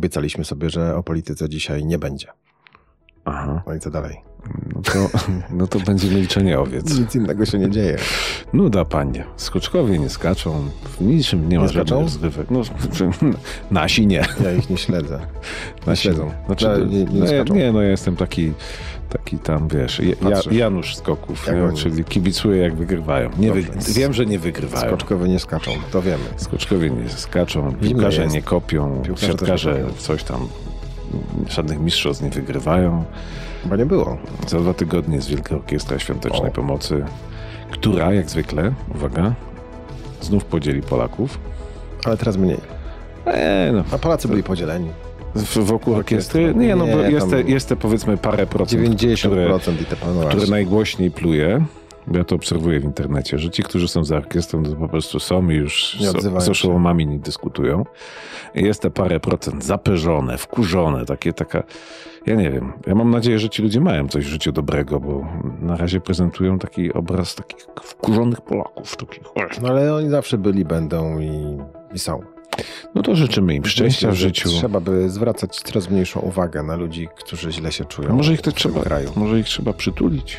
obiecaliśmy sobie, że o polityce dzisiaj nie będzie. Aha. No i co dalej? No to będzie milczenie owiec. Nic innego się nie dzieje. Nuda, panie. Skoczkowie nie skaczą. W niczym nie ma żadnych rozgrywek. No, nasi nie. Ja ich nie śledzę. Nasi śledzą. Znaczy, ja jestem taki tam, wiesz, Janusz Skoków, czyli kibicuję jak wygrywają. Wiem, że nie wygrywają. Skoczkowie nie skaczą, to wiemy. Skoczkowie nie skaczą, piłkarze nie kopią, siatkarze coś tam, żadnych mistrzostw nie wygrywają. Chyba nie było. Za 2 tygodnie jest Wielka Orkiestra Świątecznej Pomocy, która jak zwykle, uwaga, znów podzieli Polaków. Ale teraz mniej. No. A Polacy byli podzieleni. Wokół orkiestry? Nie, no bo jest te powiedzmy parę procent, 90% które najgłośniej pluje. Ja to obserwuję w internecie, że ci, którzy są za orkiestrą, to po prostu są i już z oszołomami nie dyskutują. Jest te parę procent zaperzone, wkurzone, taka... Ja nie wiem. Ja mam nadzieję, że ci ludzie mają coś w życiu dobrego, bo na razie prezentują taki obraz takich wkurzonych Polaków. No ale oni zawsze byli, będą i są. No to życzymy im szczęścia w życiu. Trzeba by zwracać coraz mniejszą uwagę na ludzi, którzy źle się czują. A może ich trzeba przytulić?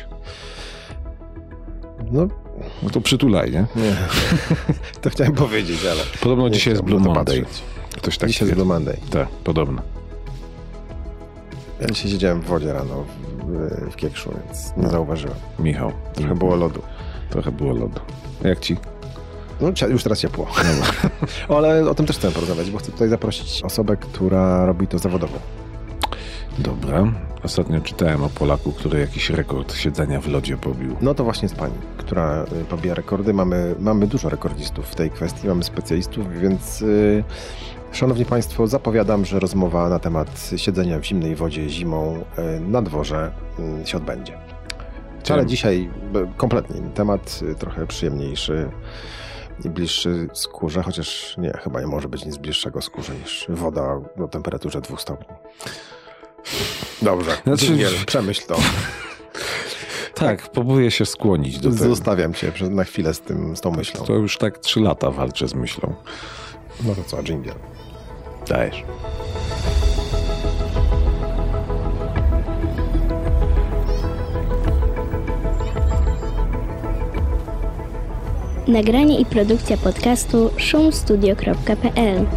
No to przytulaj, nie? Nie. To chciałem powiedzieć, ale... Podobno dzisiaj jest Blue Monday. Ktoś tak dzisiaj jest Blue Monday. Tak, podobno. Ja dzisiaj siedziałem w wodzie rano w Kiekszu, więc nie zauważyłem. Michał. Trochę było lodu. Jak ci? No już teraz ciepło. Ale o tym też chcę porozmawiać, bo chcę tutaj zaprosić osobę, która robi to zawodowo. Dobra. Ostatnio czytałem o Polaku, który jakiś rekord siedzenia w lodzie pobił. No to właśnie jest pani, która pobija rekordy. Mamy dużo rekordzistów w tej kwestii, mamy specjalistów, więc szanowni państwo, zapowiadam, że rozmowa na temat siedzenia w zimnej wodzie zimą na dworze się odbędzie. Ale dzisiaj kompletnie inny temat, trochę przyjemniejszy i bliższy skórze, chociaż nie, chyba nie może być nic bliższego skórze niż woda o temperaturze 2 stopni. Dobrze, przemyśl to. Tak, próbuję się skłonić do tego. Zostawiam cię na chwilę z tą myślą. To już tak 3 lata walczę z myślą. No to co, dżingiel? Dajesz. Nagranie i produkcja podcastu szumstudio.pl.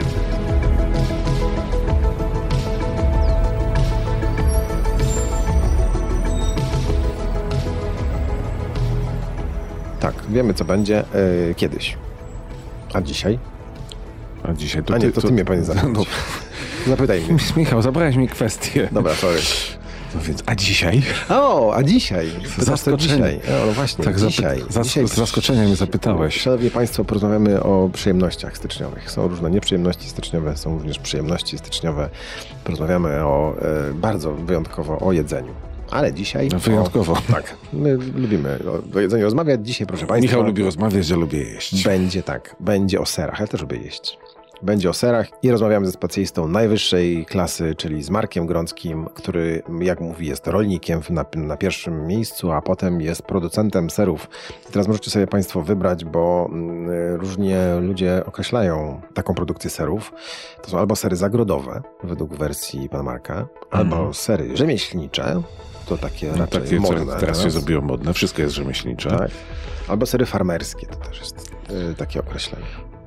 Tak, wiemy co będzie kiedyś. A dzisiaj? A dzisiaj to ty mnie powinien zapytać. No. Zapytaj mnie. Michał, zabrałeś mi kwestię. Dobra, sorry. No więc, a dzisiaj? A dzisiaj? Zaskoczenie. No właśnie, tak, dzisiaj. Z zaskoczenia mnie zapytałeś. Szanowni państwo, porozmawiamy o przyjemnościach styczniowych. Są różne nieprzyjemności styczniowe, są również przyjemności styczniowe. Porozmawiamy bardzo wyjątkowo o jedzeniu. Ale dzisiaj... Wyjątkowo. Tak. My lubimy o jedzeniu rozmawiać. Dzisiaj, proszę państwa... Michał lubi rozmawiać, ja lubię jeść. Będzie o serach. Ja też lubię jeść. Będzie o serach i rozmawiamy ze specjalistą najwyższej klasy, czyli z Markiem Grąckim, który, jak mówi, jest rolnikiem na pierwszym miejscu, a potem jest producentem serów. I teraz możecie sobie państwo wybrać, bo różnie ludzie określają taką produkcję serów. To są albo sery zagrodowe, według wersji pana Marka, albo sery rzemieślnicze. To takie raczej modne. Teraz się zrobiło modne. Wszystko jest rzemieślnicze. Tak. Albo sery farmerskie. To też jest takie określenie.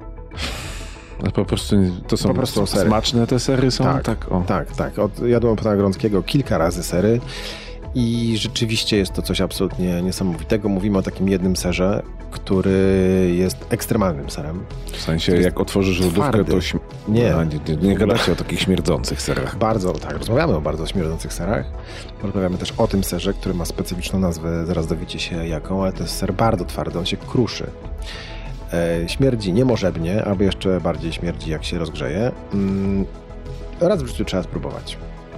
Ale po prostu to są sery. Smaczne te sery są? Tak. Jadłem pana Grąckiego kilka razy sery i rzeczywiście jest to coś absolutnie niesamowitego. Mówimy o takim jednym serze, który jest ekstremalnym serem. W sensie, jak otworzysz lodówkę, to... Nie gadacie o takich śmierdzących serach. Rozmawiamy o bardzo śmierdzących serach. Rozmawiamy też o tym serze, który ma specyficzną nazwę, zaraz dowiecie się jaką, ale to jest ser bardzo twardy, on się kruszy. Śmierdzi niemożebnie, albo jeszcze bardziej śmierdzi, jak się rozgrzeje. Raz w życiu trzeba spróbować.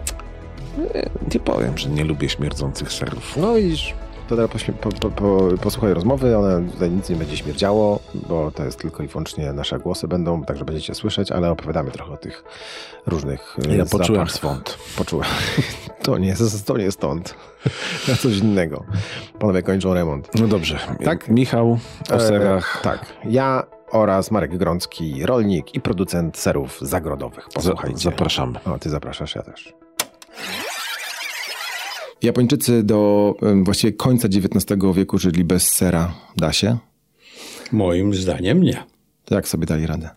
Nie powiem, że nie lubię śmierdzących serów. No i to teraz posłuchaj rozmowy, ona tutaj nic nie będzie śmierdziało, bo to jest tylko i wyłącznie nasze głosy będą, także będziecie słyszeć, ale opowiadamy trochę o tych różnych Ja poczułem swąd. Poczułem. To nie jest stąd. To coś innego. Panowie kończą remont. No dobrze. Tak? Michał o serach. Tak. Ja oraz Marek Grącki, rolnik i producent serów zagrodowych. Posłuchajcie. Zapraszamy. O, ty zapraszasz, ja też. Japończycy do właściwie końca XIX wieku żyli bez sera. Da się? Moim zdaniem nie. To jak sobie dali radę?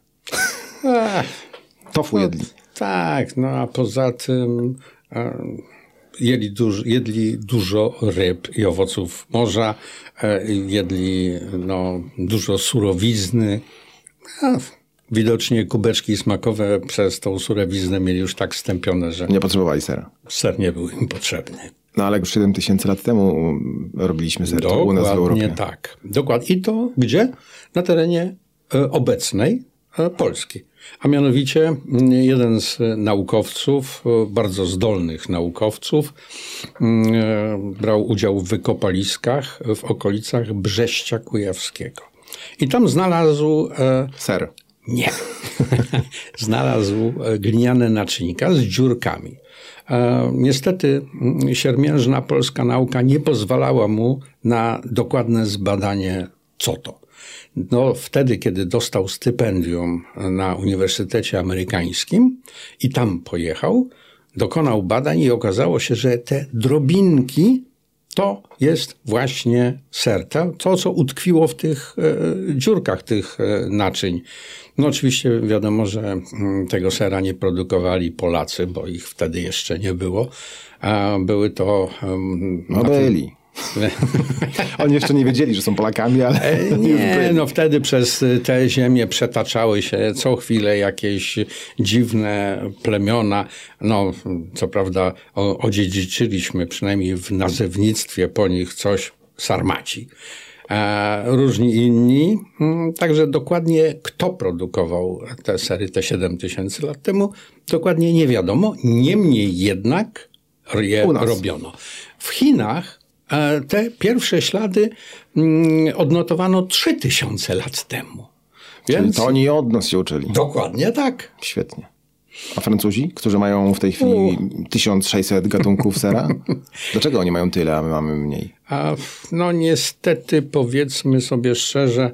Tofu jedli. Tak, a poza tym jedli dużo ryb i owoców morza, jedli dużo surowizny. Widocznie kubeczki smakowe przez tą surowiznę mieli już tak stępione, że nie potrzebowali sera. Ser nie był im potrzebny. Ale już 7000 lat temu robiliśmy ser u nas w Europie. Dokładnie tak. Dokładnie. I to gdzie? Na terenie obecnej Polski. A mianowicie jeden z naukowców, bardzo zdolnych naukowców, brał udział w wykopaliskach w okolicach Brześcia Kujawskiego. I tam znalazł... ser. Nie. Znalazł gliniane naczynka z dziurkami. Niestety siermiężna polska nauka nie pozwalała mu na dokładne zbadanie, co to. Wtedy, kiedy dostał stypendium na Uniwersytecie Amerykańskim i tam pojechał, dokonał badań i okazało się, że te drobinki to jest właśnie ser. To, co utkwiło w tych dziurkach tych naczyń. Oczywiście wiadomo, że tego sera nie produkowali Polacy, bo ich wtedy jeszcze nie było. A były to... byli. Oni jeszcze nie wiedzieli, że są Polakami, ale nie, wtedy przez te ziemię przetaczały się co chwilę jakieś dziwne plemiona. Co prawda odziedziczyliśmy przynajmniej w nazewnictwie po nich coś, Sarmaci. Różni inni. Także dokładnie kto produkował te sery te 7000 lat temu, dokładnie nie wiadomo. Niemniej jednak je robiono. W Chinach te pierwsze ślady odnotowano 3000 lat temu. Więc... Czyli to oni od nas się uczyli. Dokładnie tak. Świetnie. A Francuzi, którzy mają w tej chwili 1600 gatunków sera? Dlaczego oni mają tyle, a my mamy mniej? Niestety, powiedzmy sobie szczerze,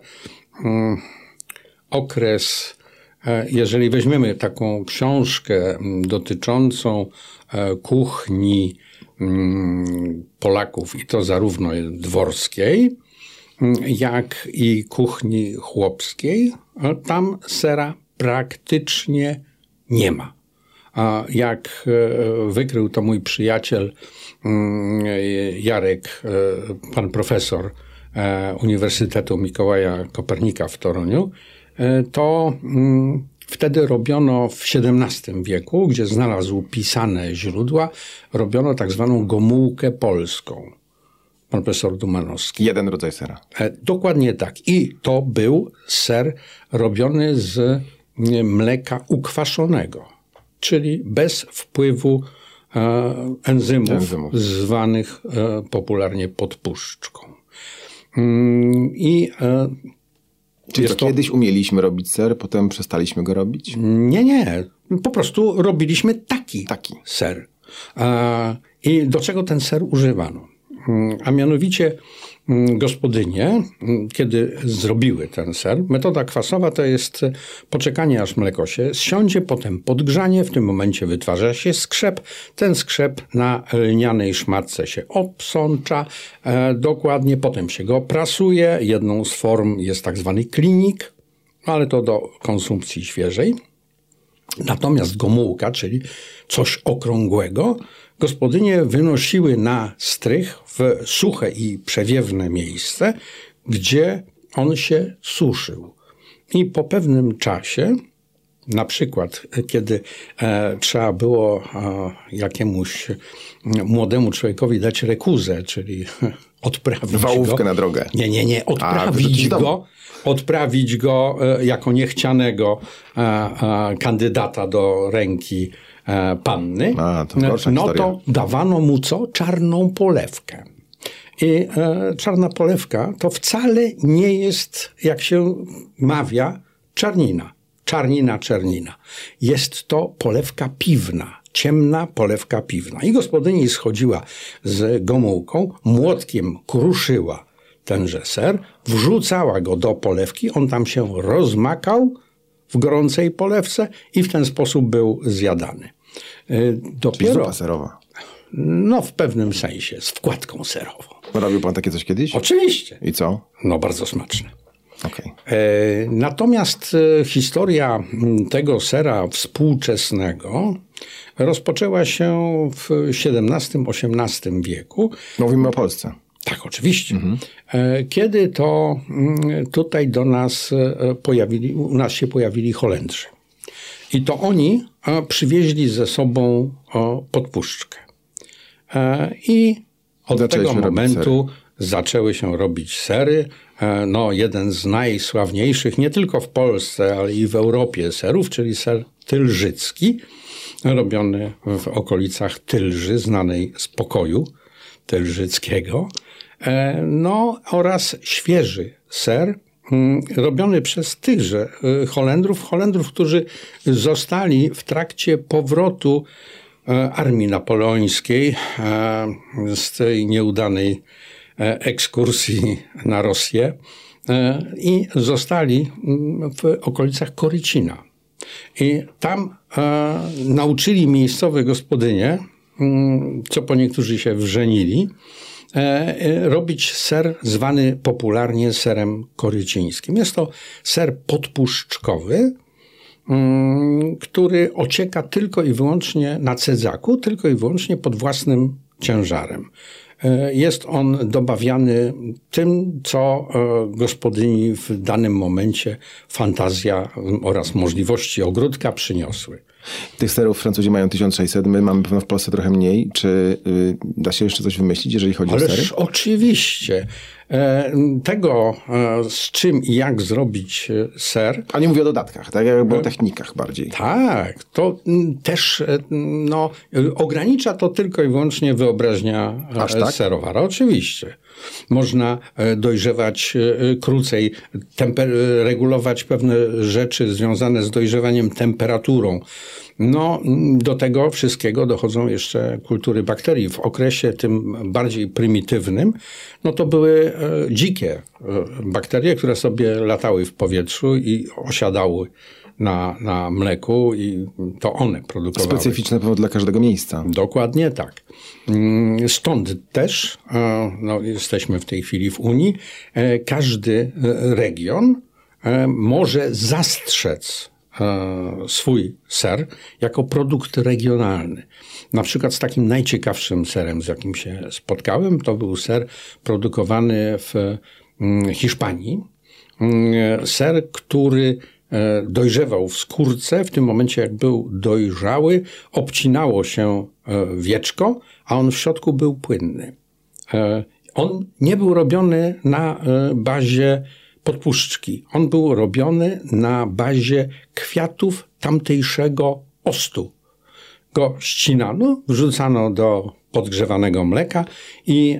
okres, jeżeli weźmiemy taką książkę dotyczącą kuchni Polaków, i to zarówno dworskiej, jak i kuchni chłopskiej, tam sera praktycznie nie ma. A jak wykrył to mój przyjaciel Jarek, pan profesor Uniwersytetu Mikołaja Kopernika w Toruniu, to wtedy robiono w XVII wieku, gdzie znalazł pisane źródła, robiono tak zwaną gomułkę polską. Pan profesor Dumanowski. Jeden rodzaj sera. Dokładnie tak. I to był ser robiony z mleka ukwaszonego, czyli bez wpływu enzymów zwanych popularnie podpuszczką. Czyli to kiedyś umieliśmy robić ser, potem przestaliśmy go robić? Nie. Po prostu robiliśmy taki ser. I do czego ten ser używano? A mianowicie gospodynie, kiedy zrobiły ten ser, metoda kwasowa to jest poczekanie, aż mleko się zsiądzie, potem podgrzanie, w tym momencie wytwarza się skrzep. Ten skrzep na lnianej szmatce się obsącza dokładnie, potem się go prasuje. Jedną z form jest tak zwany klinik, ale to do konsumpcji świeżej. Natomiast gomułka, czyli coś okrągłego, gospodynie wynosiły na strych w suche i przewiewne miejsce, gdzie on się suszył. I po pewnym czasie, na przykład kiedy trzeba było jakiemuś młodemu człowiekowi dać rekuzę, czyli odprawić wałówkę na drogę. Nie. Odprawić go jako niechcianego kandydata do ręki panny, to dawano mu co? Czarną polewkę. I czarna polewka to wcale nie jest, jak się mawia, czarnina. Czarnina. Jest to polewka piwna, ciemna polewka piwna. I gospodyni schodziła z gomułką, młotkiem kruszyła tenże ser, wrzucała go do polewki, on tam się rozmakał w gorącej polewce i w ten sposób był zjadany. Czyli zupa serowa. No w pewnym sensie, z wkładką serową. Robił pan takie coś kiedyś? Oczywiście. I co? No bardzo smaczne. Okay. Natomiast historia tego sera współczesnego rozpoczęła się w XVII-XVIII wieku. Mówimy o Polsce. Tak, oczywiście. Kiedy to tutaj u nas się pojawili Holendrzy. I to oni przywieźli ze sobą podpuszczkę. I od tego momentu zaczęły się robić sery. No, jeden z najsławniejszych, nie tylko w Polsce, ale i w Europie serów, czyli ser tylżycki, robiony w okolicach Tylży, znanej z pokoju tylżyckiego. No, oraz świeży ser, robiony przez tychże Holendrów, którzy zostali w trakcie powrotu armii napoleońskiej z tej nieudanej ekskursji na Rosję i zostali w okolicach Korycina. I tam nauczyli miejscowe gospodynie, co po niektórzy się wrzenili, robić ser zwany popularnie serem korycińskim. Jest to ser podpuszczkowy, który ocieka tylko i wyłącznie na cedzaku, tylko i wyłącznie pod własnym ciężarem. Jest on dobawiany tym, co gospodyni w danym momencie fantazja oraz możliwości ogródka przyniosły. Tych serów Francuzi mają 1600, my mamy pewno w Polsce trochę mniej. Czy da się jeszcze coś wymyślić, jeżeli chodzi o sery? Ależ oczywiście. Tego, z czym i jak zrobić ser... A nie mówię o dodatkach, tak? Jakby o technikach bardziej. Tak, to też ogranicza to tylko i wyłącznie wyobraźnia serowara. Oczywiście. Można dojrzewać krócej, regulować pewne rzeczy związane z dojrzewaniem temperaturą. No, do tego wszystkiego dochodzą jeszcze kultury bakterii. W okresie tym bardziej prymitywnym, no to były dzikie bakterie, które sobie latały w powietrzu i osiadały na mleku i to one produkowały. Specyficzne dla każdego miejsca. Dokładnie tak. Stąd też, no, jesteśmy w tej chwili w Unii, każdy region może zastrzec swój ser jako produkt regionalny. Na przykład z takim najciekawszym serem, z jakim się spotkałem, to był ser produkowany w Hiszpanii. Ser, który dojrzewał w skórce, w tym momencie jak był dojrzały, obcinało się wieczko, a on w środku był płynny. On nie był robiony na bazie podpuszczki. On był robiony na bazie kwiatów tamtejszego ostu. Go ścinano, wrzucano do podgrzewanego mleka i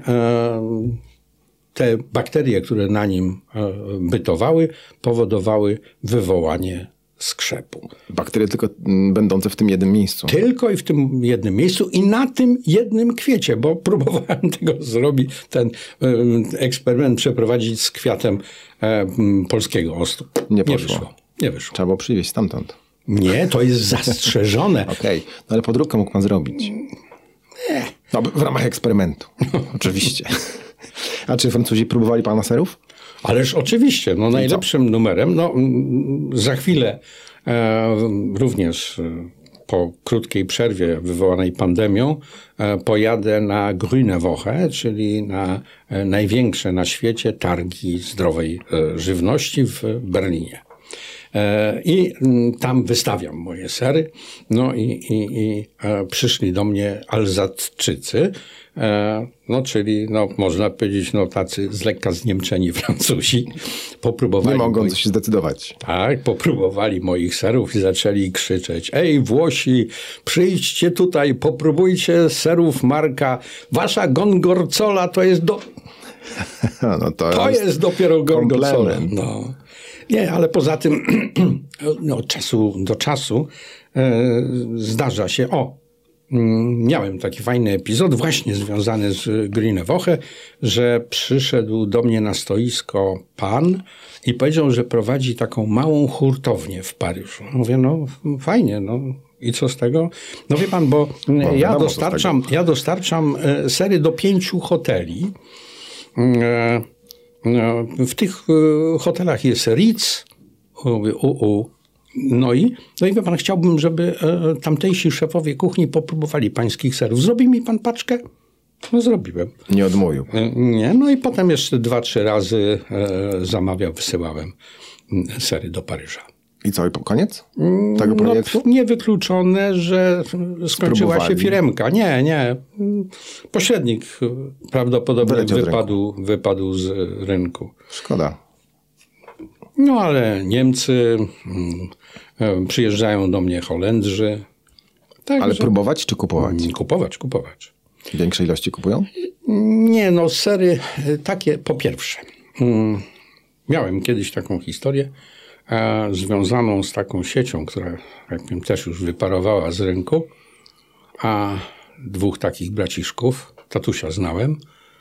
te bakterie, które na nim bytowały, powodowały wywołanie skrzepu. Bakterie tylko będące w tym jednym miejscu. Tylko i w tym jednym miejscu i na tym jednym kwiecie, bo próbowałem tego zrobić, ten eksperyment przeprowadzić z kwiatem polskiego ostu. Nie wyszło. Nie wyszło. Trzeba było przywieźć stamtąd. Nie, to jest zastrzeżone. Okej, no ale podróbkę mógł pan zrobić. Nie. No, w ramach eksperymentu. Oczywiście. A czy Francuzi próbowali pana serów? Ależ oczywiście. No, najlepszym numerem, no za chwilę również po krótkiej przerwie wywołanej pandemią pojadę na Grüne Woche, czyli na największe na świecie targi zdrowej żywności w Berlinie. I tam wystawiam moje sery. No i przyszli do mnie Alzatczycy, no czyli no, można powiedzieć no, tacy z lekka zniemczeni Francuzi. Popróbowali nie mogą się zdecydować. Tak, popróbowali moich serów i zaczęli krzyczeć: ej Włosi, przyjdźcie tutaj, popróbujcie serów Marka. Wasza gorgonzola to jest no to jest dopiero gorgonzola. No. Nie, ale poza tym od czasu do czasu zdarza się, miałem taki fajny epizod, właśnie związany z Grüne Woche, że przyszedł do mnie na stoisko pan i powiedział, że prowadzi taką małą hurtownię w Paryżu. Mówię, no fajnie, no i co z tego? No wie pan, bo ja dostarczam sery do 5 hoteli. W tych hotelach jest Ritz. Mówię, No i wie pan, chciałbym, żeby tamtejsi szefowie kuchni popróbowali pańskich serów. Zrobi mi pan paczkę? No zrobiłem. Nie odmówił. Nie, no i potem jeszcze 2-3 razy wysyłałem sery do Paryża. I co, i koniec tego projektu? No, niewykluczone, że skończyła się firemka. Nie. Pośrednik prawdopodobnie wypadł z rynku. Szkoda. No ale Niemcy, przyjeżdżają do mnie Holendrzy. Tak, ale próbować czy kupować? Kupować. Większej ilości kupują? Nie, no sery takie, po pierwsze. Miałem kiedyś taką historię związaną z taką siecią, która jak wiem, też już wyparowała z rynku, a 2 takich braciszków, tatusia znałem,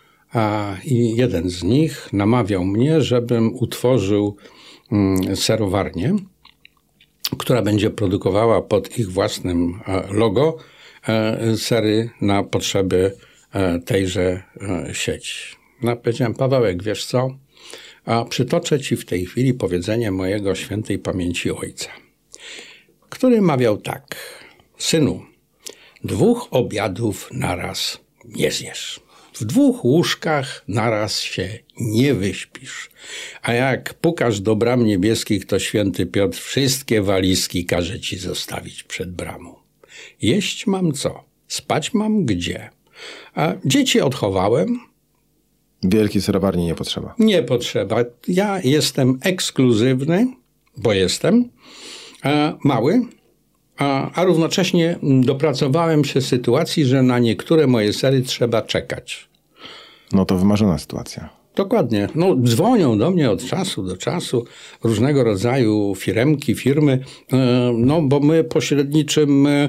i jeden z nich namawiał mnie, żebym utworzył serowarnię, która będzie produkowała pod ich własnym logo sery na potrzeby tejże sieci. No, powiedziałem, Pawełek, wiesz co? A przytoczę ci w tej chwili powiedzenie mojego świętej pamięci ojca, który mawiał tak: synu, 2 obiadów naraz nie zjesz. W 2 łóżkach naraz się nie wyśpisz. A jak pukasz do bram niebieskich, to święty Piotr wszystkie walizki każe ci zostawić przed bramą. Jeść mam co? Spać mam gdzie? A dzieci odchowałem. Wielkiej serowarni nie potrzeba. Nie potrzeba. Ja jestem ekskluzywny, bo jestem mały, a równocześnie dopracowałem się sytuacji, że na niektóre moje sery trzeba czekać. No to wymarzona sytuacja. Dokładnie. No, dzwonią do mnie od czasu do czasu różnego rodzaju firmy, no bo my pośredniczymy,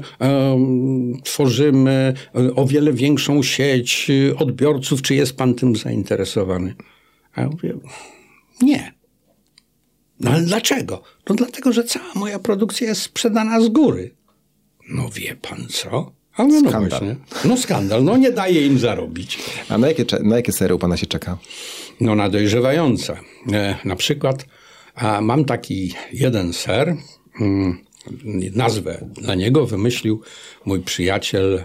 tworzymy o wiele większą sieć odbiorców. Czy jest pan tym zainteresowany? A ja mówię, nie. No ale dlaczego? No dlatego, że cała moja produkcja jest sprzedana z góry. No wie pan co? Ale no skandal. Właśnie. No skandal, no nie daje im zarobić. A na jakie sery u pana się czeka? No na dojrzewające. Na przykład mam taki jeden ser, nazwę dla niego wymyślił mój przyjaciel,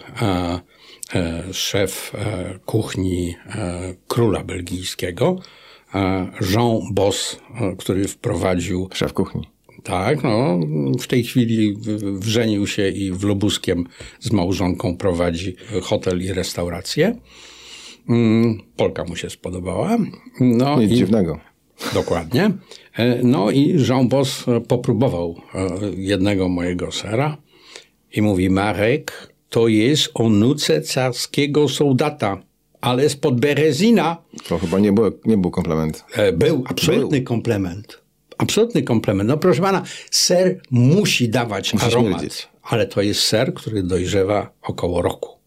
szef kuchni króla belgijskiego, Jean Boss, który wprowadził... Szef kuchni. Tak, no w tej chwili wrzenił się i w Lubuskiem z małżonką prowadzi hotel i restaurację. Polka mu się spodobała. No nic dziwnego. Dokładnie. No i Jean Boss popróbował jednego mojego sera i mówi, Marek, to jest o nuce carskiego soldata, ale spod Berezina. To chyba nie był komplement. Był absolutny komplement. Absolutny komplement. No proszę pana, ser musi dawać aromat, ale to jest ser, który dojrzewa około roku.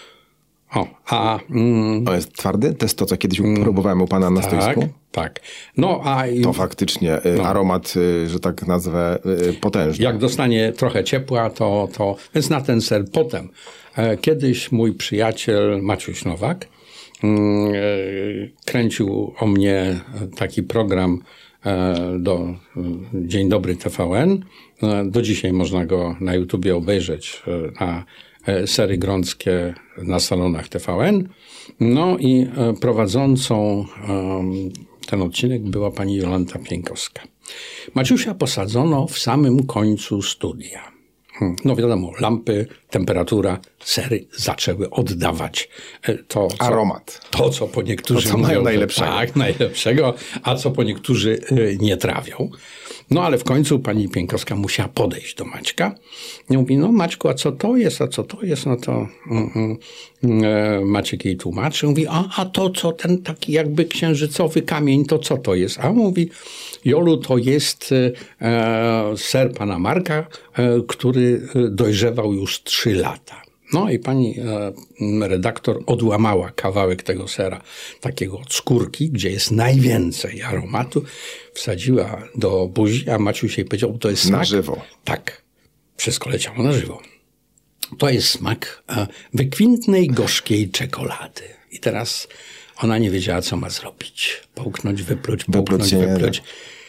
To jest twardy? To jest to, co kiedyś próbowałem u pana na stoisku? Tak. No, to faktycznie aromat, że tak nazwę, potężny. Jak dostanie trochę ciepła, to... Więc na ten ser potem. Kiedyś mój przyjaciel Maciuś Nowak kręcił o mnie taki program do Dzień Dobry TVN. Do dzisiaj można go na YouTubie obejrzeć na sery grąckie na salonach TVN. No i prowadzącą ten odcinek była pani Jolanta Pieńkowska. Maciusia posadzono w samym końcu studia. No wiadomo, lampy, temperatura, sery zaczęły oddawać aromat. To, co po niektórzy mówią, mają najlepszego. Tak, najlepszego, a co po niektórzy nie trawią. No ale w końcu pani Pieńkowska musiała podejść do Maćka i mówi, no Maćku, a co to jest? No to Maciek jej tłumaczy. Mówi, a to co, ten taki jakby księżycowy kamień, to co to jest? A mówi, Jolu, to jest ser pana Marka, który dojrzewał już 3 lata. No i pani redaktor odłamała kawałek tego sera, takiego od skórki, gdzie jest najwięcej aromatu, wsadziła do buzi, a Maciuś jej powiedział, to jest smak. Na żywo. Tak, wszystko leciało na żywo. To jest smak wykwintnej, gorzkiej czekolady. I teraz ona nie wiedziała, co ma zrobić. Połknąć, wypluć, połknąć, wypluć.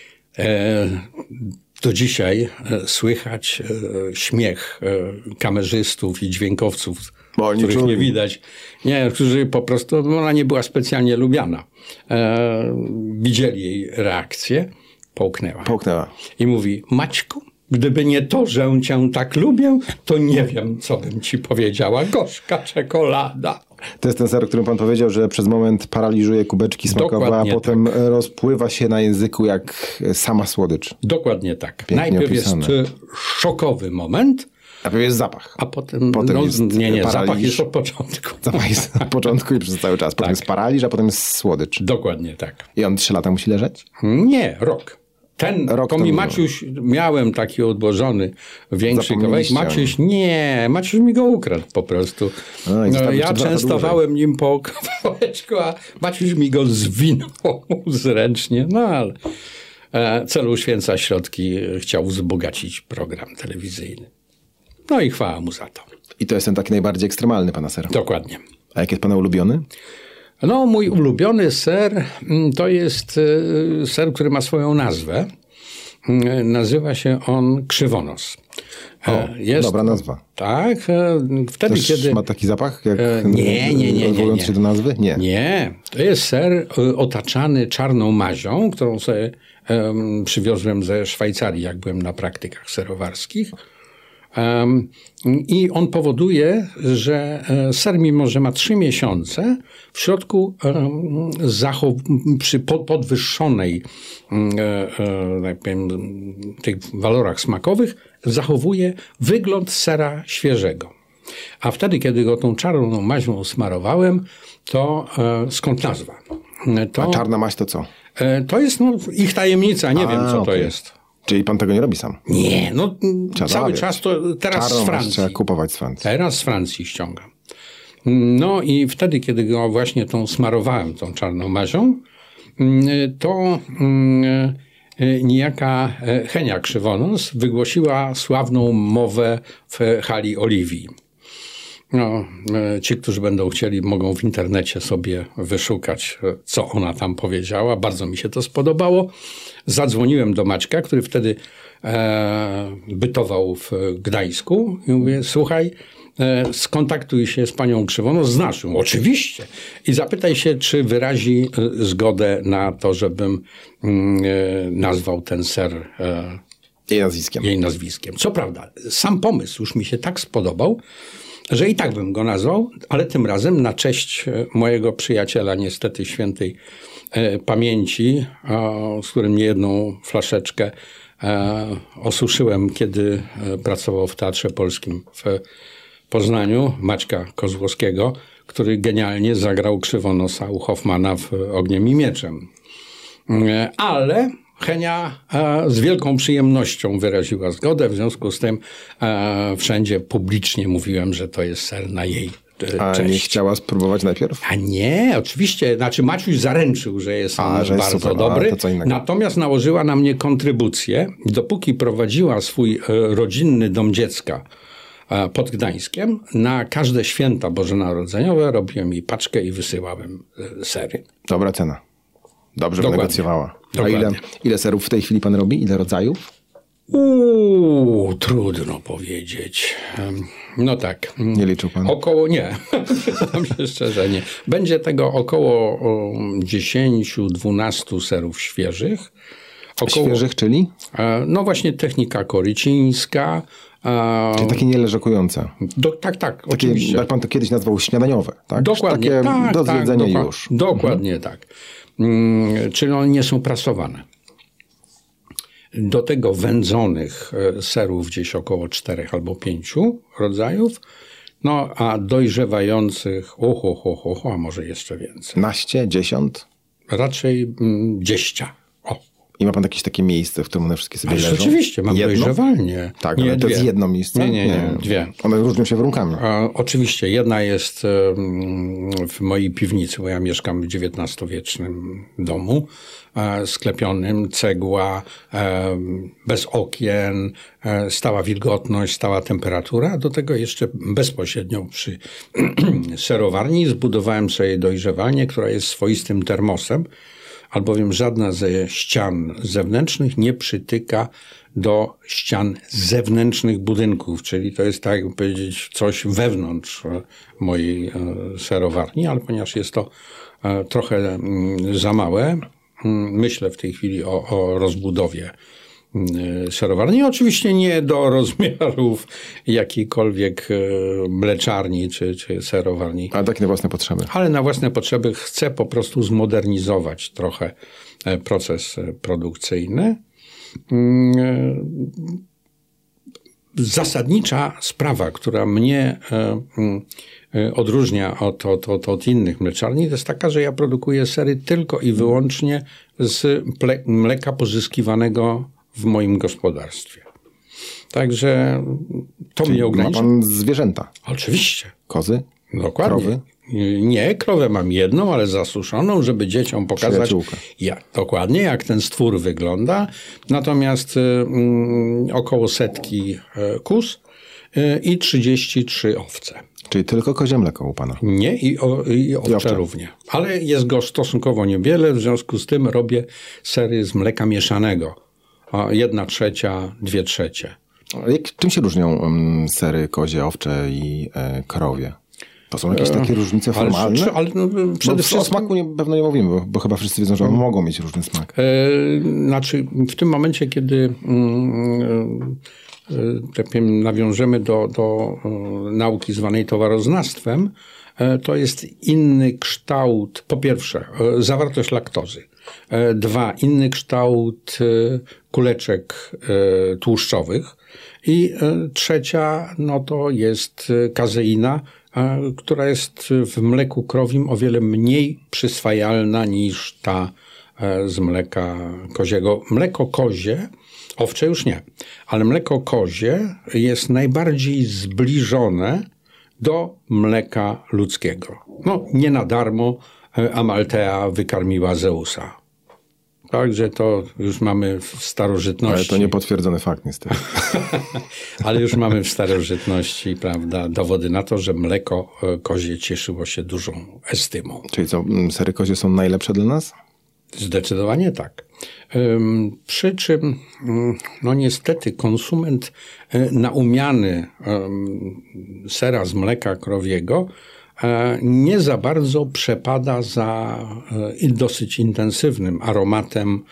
Do dzisiaj słychać śmiech kamerzystów i dźwiękowców, których nie widać. Nie, którzy po prostu, ona nie była specjalnie lubiana. Widzieli jej reakcję, połknęła. I mówi, Maćku, gdyby nie to, że cię tak lubię, to nie wiem, co bym ci powiedziała. Gorzka czekolada. To jest ten ser, o którym pan powiedział, że przez moment paraliżuje kubeczki smakowe, dokładnie, a potem tak rozpływa się na języku jak sama słodycz. Dokładnie tak. Pięknie Najpierw opisane. Jest szokowy moment. Najpierw jest zapach. A potem jest nie, paraliż. zapach jest od początku. Zapach jest od początku i przez cały czas. Potem jest paraliż, a potem jest słodycz. Dokładnie tak. I on 3 lata musi leżeć? Nie, rok. To mi Maciuś, miałem taki odłożony większy kawałek. Maciuś mi go ukradł po prostu. Ja częstowałem nim po kawałeczku, a Maciuś mi go zwinął zręcznie. No ale celu uświęca środki, chciał wzbogacić program telewizyjny. No i chwała mu za to. I to jest ten taki najbardziej ekstremalny pana ser. Dokładnie. A jaki jest pana ulubiony? No, mój ulubiony ser to jest ser, który ma swoją nazwę. Nazywa się on krzywonos. Dobra nazwa. Tak. Wtedy, też kiedy ma taki zapach? Jak nie. Odwołując się do nazwy? Nie. To jest ser otaczany czarną mazią, którą sobie przywiozłem ze Szwajcarii, jak byłem na praktykach serowarskich. I on powoduje, że ser, mimo że ma 3 miesiące, w środku przy podwyższonej tak powiem, tych walorach smakowych zachowuje wygląd sera świeżego. A wtedy, kiedy go tą czarną mazią smarowałem, to skąd nazwa? A czarna maź to co? To jest ich tajemnica, nie wiem co to jest. Czyli pan tego nie robi sam? Nie, cały czas to teraz czarną z Francji. Trzeba kupować z Francji. Teraz z Francji ściągam. No i wtedy, kiedy go właśnie smarowałem tą czarną mazią, to niejaka Henia Krzywonos wygłosiła sławną mowę w hali Oliwii. No, ci, którzy będą chcieli, mogą w internecie sobie wyszukać, co ona tam powiedziała. Bardzo mi się to spodobało. Zadzwoniłem do Maćka, który wtedy bytował w Gdańsku i mówię, słuchaj, skontaktuj się z panią Krzywonos, znasz ją, oczywiście, i zapytaj się, czy wyrazi zgodę na to, żebym nazwał ten ser jej nazwiskiem. Co prawda, sam pomysł już mi się tak spodobał, że i tak bym go nazwał, ale tym razem na cześć mojego przyjaciela, niestety świętej pamięci, z którym niejedną flaszeczkę osuszyłem, kiedy pracował w Teatrze Polskim w Poznaniu, Maćka Kozłowskiego, który genialnie zagrał Krzywonosa u Hoffmana w Ogniem i Mieczem. Ale Henia z wielką przyjemnością wyraziła zgodę, w związku z tym wszędzie publicznie mówiłem, że to jest ser na jej cześć. A nie chciała spróbować najpierw? A nie, oczywiście. Znaczy Maciuś zaręczył, że jest on że jest bardzo super. dobry. To co innego. Natomiast nałożyła na mnie kontrybucję. Dopóki prowadziła swój rodzinny dom dziecka pod Gdańskiem, na każde święta bożonarodzeniowe robiłem jej paczkę i wysyłałem sery. Dobra cena. Dobrze wynegocjowała. A ile serów w tej chwili pan robi? Ile rodzajów? Trudno powiedzieć. No tak. Nie liczył pan? Nie. Przyznam się szczerze, nie. Będzie tego około 10-12 serów świeżych. Świeżych, czyli? No właśnie technika korycińska. Czyli takie nieleżakujące. Tak, oczywiście. Jak pan to kiedyś nazwał śniadaniowe, tak? Dokładnie. Takie do zjedzenia już. Dokładnie tak. Czyli one nie są prasowane. Do tego wędzonych serów gdzieś około 4 albo 5 rodzajów, no a dojrzewających, a może jeszcze więcej. 10? Raczej 10. I ma pan jakieś takie miejsce, w którym one wszystkie sobie leżą? Rzeczywiście, mam dojrzewalnię. Tak, ale to jest jedno miejsce? Nie, dwie. One różnią się warunkami. Oczywiście, jedna jest w mojej piwnicy, bo ja mieszkam w XIX-wiecznym domu, sklepionym, cegła, bez okien, stała wilgotność, stała temperatura. Do tego jeszcze bezpośrednio przy serowarni zbudowałem sobie dojrzewalnię, która jest swoistym termosem, albowiem żadna ze ścian zewnętrznych nie przytyka do ścian zewnętrznych budynków, czyli to jest, tak jakby powiedzieć, coś wewnątrz mojej serowarni, ale ponieważ jest to trochę za małe, myślę w tej chwili o rozbudowie serowarni. Oczywiście nie do rozmiarów jakiejkolwiek mleczarni czy serowarni. A tak na własne potrzeby. Ale na własne potrzeby chcę po prostu zmodernizować trochę proces produkcyjny. Zasadnicza sprawa, która mnie odróżnia od innych mleczarni, to jest taka, że ja produkuję sery tylko i wyłącznie z mleka pozyskiwanego w moim gospodarstwie. Także to mnie ogranicza. Ma pan zwierzęta? Oczywiście. Kozy? Dokładnie. Krowy? Nie, krowę mam jedną, ale zasuszoną, żeby dzieciom pokazać dokładnie, jak ten stwór wygląda. Natomiast około 100 kóz i 33 owce. Czyli tylko kozie mleko u pana? Nie, i owcze również. Ale jest go stosunkowo niewiele, w związku z tym robię sery z mleka mieszanego. 1/3, 2/3. Czym się różnią sery kozie, owcze i krowie? To są jakieś takie różnice formalne? Ale przede wszystkim... O smaku pewno nie mówimy, bo chyba wszyscy wiedzą, że one mogą mieć różny smak. Znaczy, w tym momencie, kiedy nawiążemy do nauki zwanej towaroznawstwem, to jest inny kształt, po pierwsze, zawartość laktozy. 2, inny kształt kuleczek tłuszczowych. I 3, no to jest kazeina, która jest w mleku krowim o wiele mniej przyswajalna niż ta z mleka koziego. Mleko kozie, owcze już nie, ale mleko kozie jest najbardziej zbliżone do mleka ludzkiego. No, nie na darmo Amaltea wykarmiła Zeusa. Także to już mamy w starożytności. Ale to niepotwierdzony fakt niestety. Ale już mamy w starożytności, prawda, dowody na to, że mleko kozie cieszyło się dużą estymą. Czyli co, sery kozie są najlepsze dla nas? Zdecydowanie tak. Przy czym, no niestety, konsument naumiany sera z mleka krowiego nie za bardzo przepada za dosyć intensywnym aromatem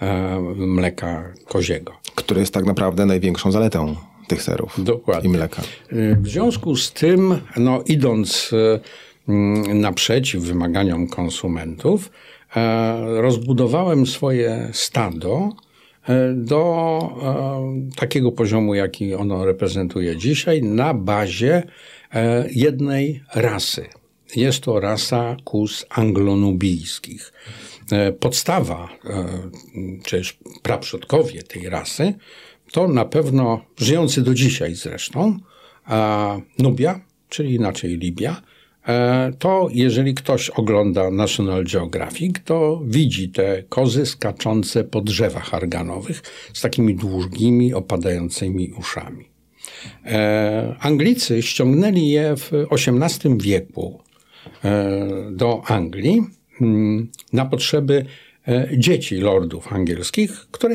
mleka koziego. Który jest tak naprawdę największą zaletą tych serów. Dokładnie. I mleka. W związku z tym, no idąc naprzeciw wymaganiom konsumentów, rozbudowałem swoje stado do takiego poziomu, jaki ono reprezentuje dzisiaj, na bazie jednej rasy. Jest to rasa kóz anglonubijskich. Podstawa, czy też praprzodkowie tej rasy, to na pewno żyjący do dzisiaj zresztą Nubia, czyli inaczej Libia. To jeżeli ktoś ogląda National Geographic, to widzi te kozy skaczące po drzewach arganowych z takimi długimi, opadającymi uszami. Anglicy ściągnęli je w XVIII wieku do Anglii na potrzeby dzieci lordów angielskich, które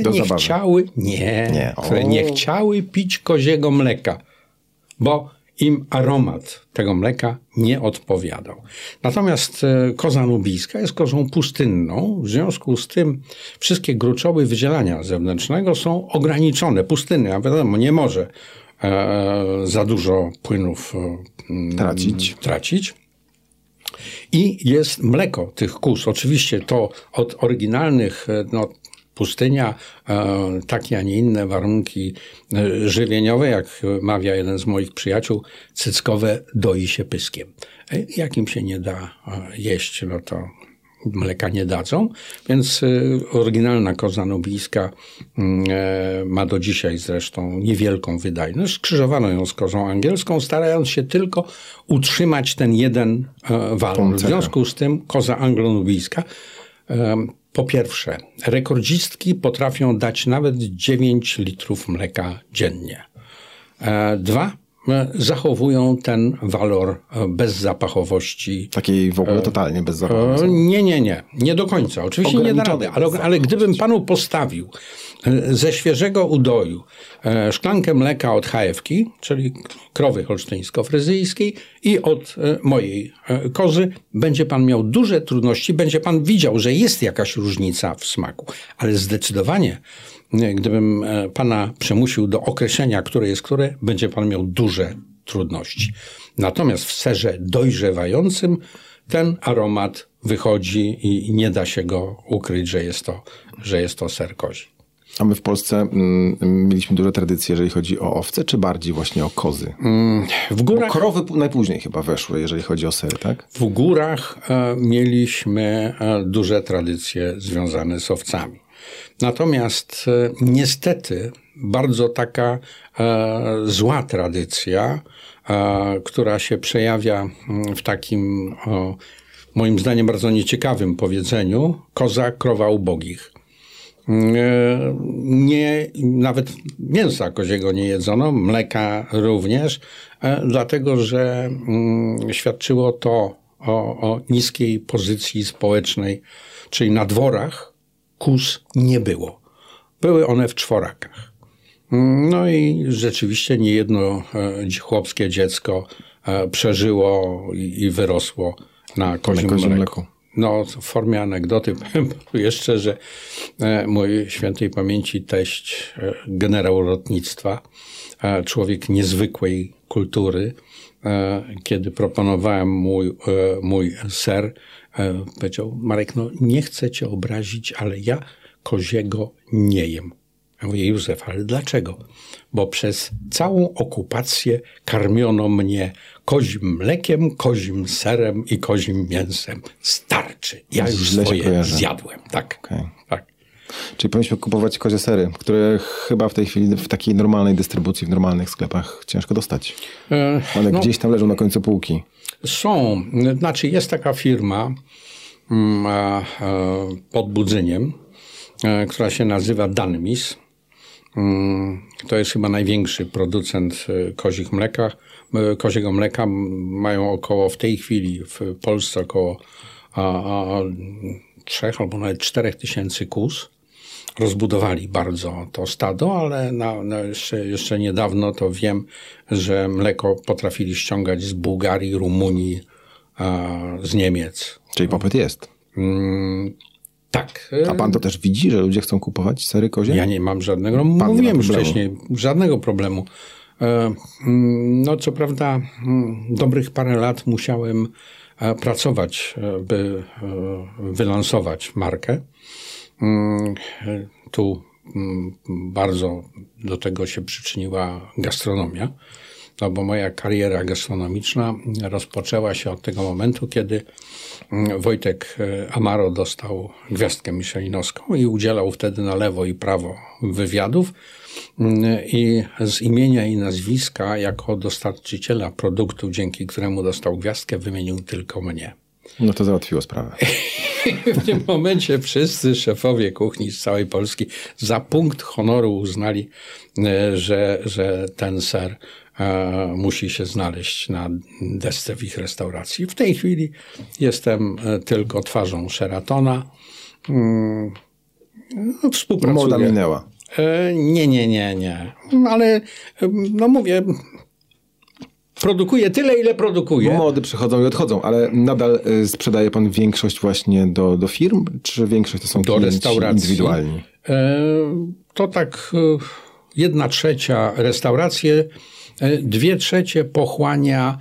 nie chciały pić koziego mleka, bo im aromat tego mleka nie odpowiadał. Natomiast koza nubijska jest kozą pustynną, w związku z tym wszystkie gruczoły wydzielania zewnętrznego są ograniczone. Pustynny, a wiadomo, nie może za dużo płynów tracić. I jest mleko tych kóz. Oczywiście to od oryginalnych, pustynia, takie, a nie inne warunki żywieniowe, jak mawia jeden z moich przyjaciół, cyckowe doi się pyskiem. Jak im się nie da jeść, no to mleka nie dadzą, więc oryginalna koza nubijska ma do dzisiaj zresztą niewielką wydajność. Skrzyżowano ją z kozą angielską, starając się tylko utrzymać ten jeden walor. W związku z tym koza anglo-nubijska, po pierwsze, rekordzistki potrafią dać nawet 9 litrów mleka dziennie. 2, zachowują ten walor bezzapachowości. Takiej w ogóle totalnie bezzapachowej? Nie do końca. Oczywiście nie da rady, ale gdybym panu postawił ze świeżego udoju szklankę mleka od HF-ki, czyli krowy holsztyńsko-fryzyjskiej i od mojej kozy, będzie pan miał duże trudności, będzie pan widział, że jest jakaś różnica w smaku, ale zdecydowanie gdybym pana przymusił do określenia, które jest które, będzie pan miał duże trudności. Natomiast w serze dojrzewającym ten aromat wychodzi i nie da się go ukryć, że jest to ser kozi. A my w Polsce mieliśmy duże tradycje, jeżeli chodzi o owce, czy bardziej właśnie o kozy? W górach... Bo krowy najpóźniej chyba weszły, jeżeli chodzi o sery, tak? W górach mieliśmy duże tradycje związane z owcami. Natomiast niestety bardzo taka zła tradycja, która się przejawia w takim moim zdaniem bardzo nieciekawym powiedzeniu: koza, krowa ubogich. Nawet mięsa koziego nie jedzono, mleka również, dlatego że świadczyło to o niskiej pozycji społecznej, czyli na dworach kóz nie było. Były one w czworakach. No i rzeczywiście niejedno chłopskie dziecko przeżyło i wyrosło na kozim mleku. No, w formie anegdoty powiem jeszcze, że mój świętej pamięci teść, generał lotnictwa, człowiek niezwykłej kultury, kiedy proponowałem mój ser, powiedział: Marek, no nie chcę cię obrazić, ale ja koziego nie jem. Ja mówię: Józef, ale dlaczego? Bo przez całą okupację karmiono mnie kozim mlekiem, kozim serem i kozim mięsem. Starczy. Ja już swoje zjadłem. Tak, okay. Tak. Czyli powinniśmy kupować kozie sery, które chyba w tej chwili w takiej normalnej dystrybucji, w normalnych sklepach ciężko dostać. One gdzieś tam leżą na końcu półki. Są. Znaczy jest taka firma pod Budzyniem, która się nazywa Danmis. To jest chyba największy producent koziego mleka. Mają około w tej chwili w Polsce około 3 albo nawet 4 tysięcy kóz. Rozbudowali bardzo to stado, ale jeszcze niedawno to wiem, że mleko potrafili ściągać z Bułgarii, Rumunii, z Niemiec. Czyli popyt jest. Tak. A pan to też widzi, że ludzie chcą kupować sery kozie? Ja nie mam żadnego, mówiłem już wcześniej, żadnego problemu. No co prawda dobrych parę lat musiałem pracować, by wylansować markę. Tu bardzo do tego się przyczyniła gastronomia, no bo moja kariera gastronomiczna rozpoczęła się od tego momentu, kiedy Wojtek Amaro dostał gwiazdkę michelinowską i udzielał wtedy na lewo i prawo wywiadów i z imienia i nazwiska jako dostarczyciela produktu, dzięki któremu dostał gwiazdkę, wymienił tylko mnie. No to załatwiło sprawę. W tym momencie wszyscy szefowie kuchni z całej Polski za punkt honoru uznali, że ten ser musi się znaleźć na desce w ich restauracji. W tej chwili jestem tylko twarzą Sheratona. Współpracuję. Moda minęła. Nie. Ale no mówię, produkuję tyle, ile produkuję. Mody przychodzą i odchodzą, ale nadal sprzedaje pan większość właśnie do firm, czy większość to są do restauracji indywidualni? To tak 1/3 restauracje, 2/3 pochłania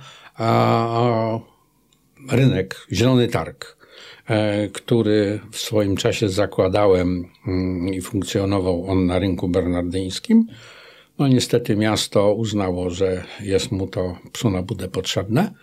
rynek, Zielony Targ, który w swoim czasie zakładałem i funkcjonował on na rynku bernardyńskim. No niestety miasto uznało, że jest mu to psu na budę potrzebne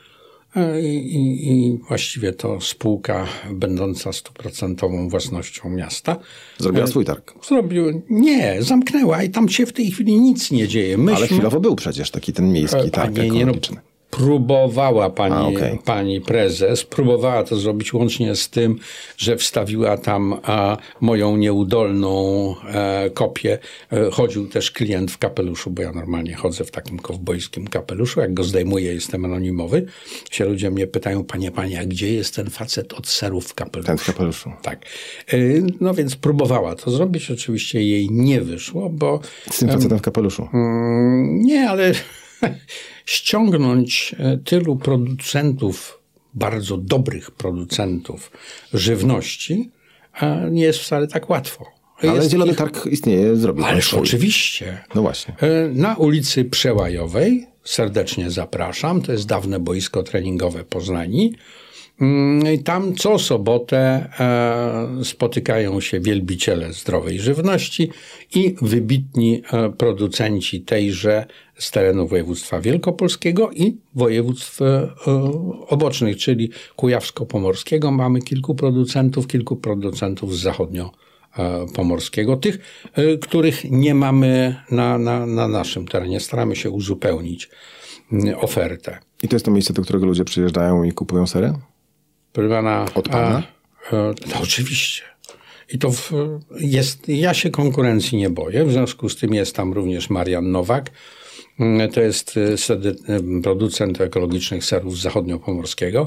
I właściwie to spółka będąca 100% własnością miasta. Zrobiła swój targ? Nie, zamknęła i tam się w tej chwili nic nie dzieje. Ale chwilowo był przecież taki ten miejski targ ekologiczny. Próbowała pani prezes, próbowała to zrobić łącznie z tym, że wstawiła tam moją nieudolną kopię. Chodził też klient w kapeluszu, bo ja normalnie chodzę w takim kowbojskim kapeluszu. Jak go zdejmuję, jestem anonimowy. Się ludzie mnie pytają, panie, a gdzie jest ten facet od serów w kapeluszu? Ten w kapeluszu. Tak. No więc próbowała to zrobić. Oczywiście jej nie wyszło, bo... Z tym facetem w kapeluszu? Nie, ale... ściągnąć tylu producentów, bardzo dobrych producentów żywności nie jest wcale tak łatwo. Ale zielony targ istnieje, zrobił. Ależ oczywiście. No właśnie. Na ulicy Przełajowej, serdecznie zapraszam, to jest dawne boisko treningowe Poznani. I tam co sobotę spotykają się wielbiciele zdrowej żywności i wybitni producenci tejże z terenu województwa wielkopolskiego i województw obocznych, czyli kujawsko-pomorskiego. Mamy kilku producentów z zachodnio-pomorskiego. Tych, których nie mamy na naszym terenie. Staramy się uzupełnić ofertę. I to jest to miejsce, do którego ludzie przyjeżdżają i kupują sery? Proszę pana, od pana? No oczywiście. I to ja się konkurencji nie boję. W związku z tym jest tam również Marian Nowak. To jest producent ekologicznych serów z zachodniopomorskiego.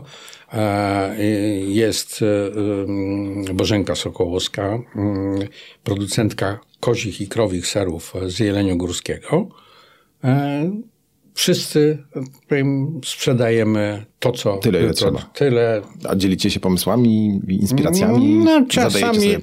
Jest Bożenka Sokołowska, producentka kozich i krowich serów z Jeleniogórskiego. Wszyscy sprzedajemy to, co... Tyle, ile trzeba. Tyle. A dzielicie się pomysłami, inspiracjami? No, czasami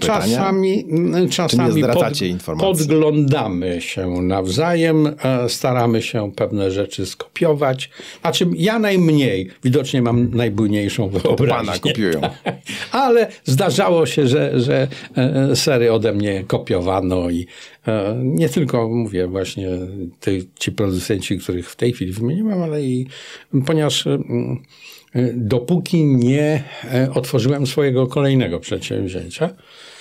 podglądamy się nawzajem, staramy się pewne rzeczy skopiować. Znaczy ja najmniej, widocznie mam najbujniejszą wyobraźnię. Pana kopiują. Ale zdarzało się, że sery ode mnie kopiowano i nie tylko, mówię właśnie, ci producenci, których w tej chwili wymieniłem, ale i ponieważ dopóki nie otworzyłem swojego kolejnego przedsięwzięcia,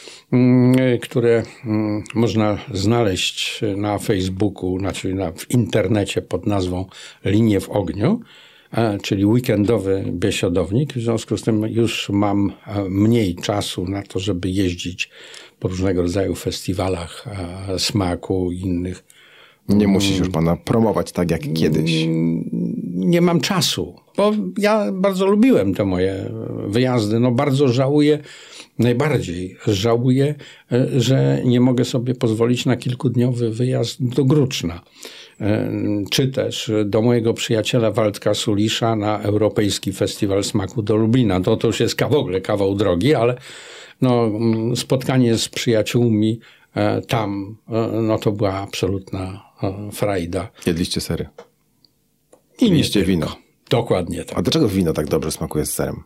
które można znaleźć na Facebooku, znaczy w internecie pod nazwą Linie w ogniu, czyli weekendowy biesiadownik. W związku z tym już mam mniej czasu na to, żeby jeździć po różnego rodzaju festiwalach smaku i innych. Nie musisz już pana promować tak jak kiedyś. Nie mam czasu, bo ja bardzo lubiłem te moje wyjazdy. No bardzo żałuję, najbardziej żałuję, że nie mogę sobie pozwolić na kilkudniowy wyjazd do Gruczna. Czy też do mojego przyjaciela Waldka Sulisza na Europejski Festiwal Smaku do Lublina. To już jest w ogóle kawał drogi, ale no, spotkanie z przyjaciółmi tam, no to była absolutna frajda. Jedliście sery? I piliście wino. Dokładnie tak. A dlaczego wino tak dobrze smakuje z serem?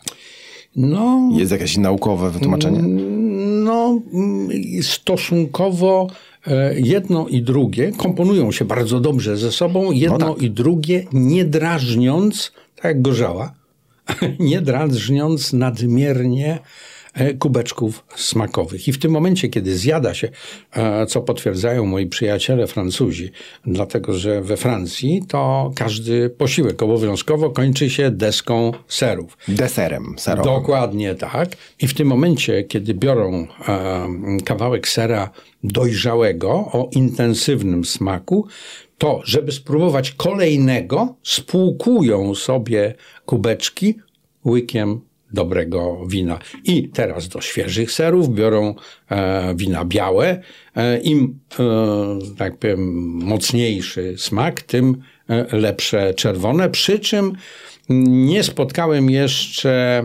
No, jest jakieś naukowe wytłumaczenie? No, stosunkowo jedno i drugie komponują się bardzo dobrze ze sobą. Jedno i drugie nie drażniąc, tak jak gorzała, nie drażniąc nadmiernie kubeczków smakowych. I w tym momencie, kiedy zjada się, co potwierdzają moi przyjaciele Francuzi, dlatego że we Francji to każdy posiłek obowiązkowo kończy się deską serów. Deserem serowym. Dokładnie tak. I w tym momencie, kiedy biorą kawałek sera dojrzałego o intensywnym smaku, to żeby spróbować kolejnego, spłukują sobie kubeczki łykiem dobrego wina. I teraz do świeżych serów biorą wina białe. Im, tak powiem, mocniejszy smak, tym lepsze czerwone. Przy czym nie spotkałem jeszcze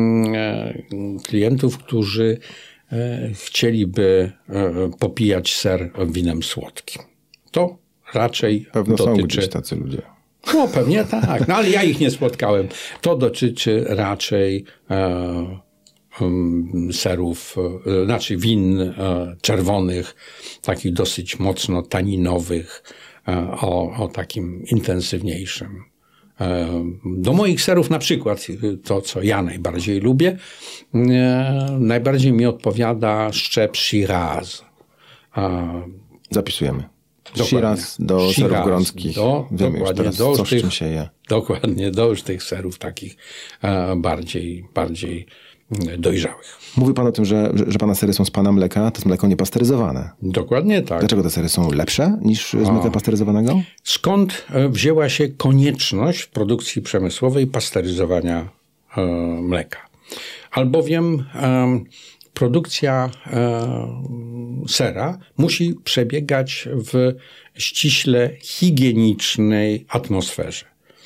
klientów, którzy chcieliby popijać ser winem słodkim. To raczej pewno dotyczy... są gdzieś tacy ludzie. No pewnie tak, no ale ja ich nie spotkałem. To dotyczy raczej serów, znaczy win czerwonych, takich dosyć mocno taninowych, o takim intensywniejszym Do moich serów na przykład, to co ja najbardziej lubię, najbardziej mi odpowiada szczep Shiraz. Zapisujemy. Shiraz do serów grąckich. Wiemy już teraz, co z czym się je. Dokładnie, do już tych serów takich bardziej dojrzałych. Mówi pan o tym, że pana sery są z pana mleka, to jest mleko niepasteryzowane. Dokładnie tak. Dlaczego te sery są lepsze niż z mleka pasteryzowanego? Skąd wzięła się konieczność w produkcji przemysłowej pasteryzowania mleka? Albowiem produkcja sera musi przebiegać w ściśle higienicznej atmosferze.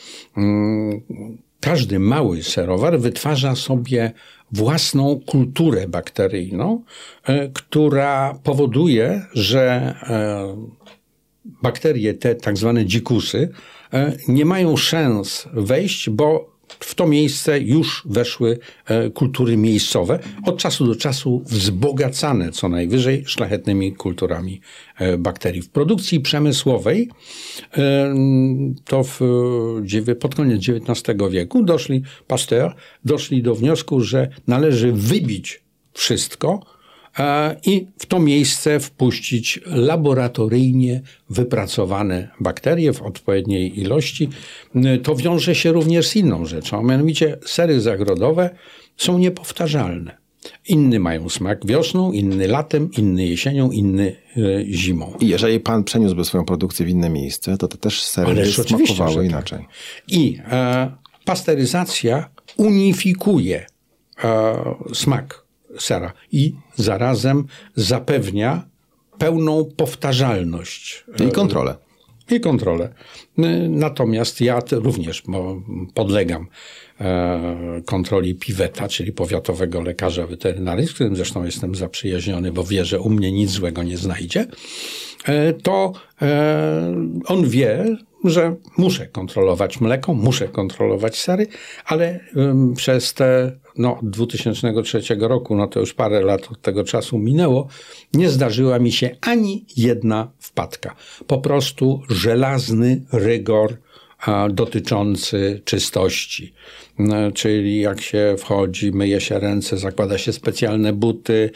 Każdy mały serowar wytwarza sobie własną kulturę bakteryjną, która powoduje, że bakterie, te tak zwane dzikusy, nie mają szans wejść, bo w to miejsce już weszły kultury miejscowe, od czasu do czasu wzbogacane co najwyżej szlachetnymi kulturami bakterii. W produkcji przemysłowej to pod koniec XIX wieku Pasteur doszli do wniosku, że należy wybić wszystko i w to miejsce wpuścić laboratoryjnie wypracowane bakterie w odpowiedniej ilości. To wiąże się również z inną rzeczą, mianowicie sery zagrodowe są niepowtarzalne. Inny mają smak wiosną, inny latem, inny jesienią, inny zimą. I jeżeli pan przeniósłby swoją produkcję w inne miejsce, to też sery smakowały inaczej. Tak. I pasteryzacja unifikuje smak sera i zarazem zapewnia pełną powtarzalność. I kontrolę. Natomiast ja również podlegam kontroli PIWET-a, czyli powiatowego lekarza weterynarii, z którym zresztą jestem zaprzyjaźniony, bo wie, że u mnie nic złego nie znajdzie. To on wie, że muszę kontrolować mleko, muszę kontrolować sery, ale przez te 2003 roku, to już parę lat od tego czasu minęło, nie zdarzyła mi się ani jedna wpadka. Po prostu żelazny rygor dotyczący czystości. Czyli jak się wchodzi, myje się ręce, zakłada się specjalne buty.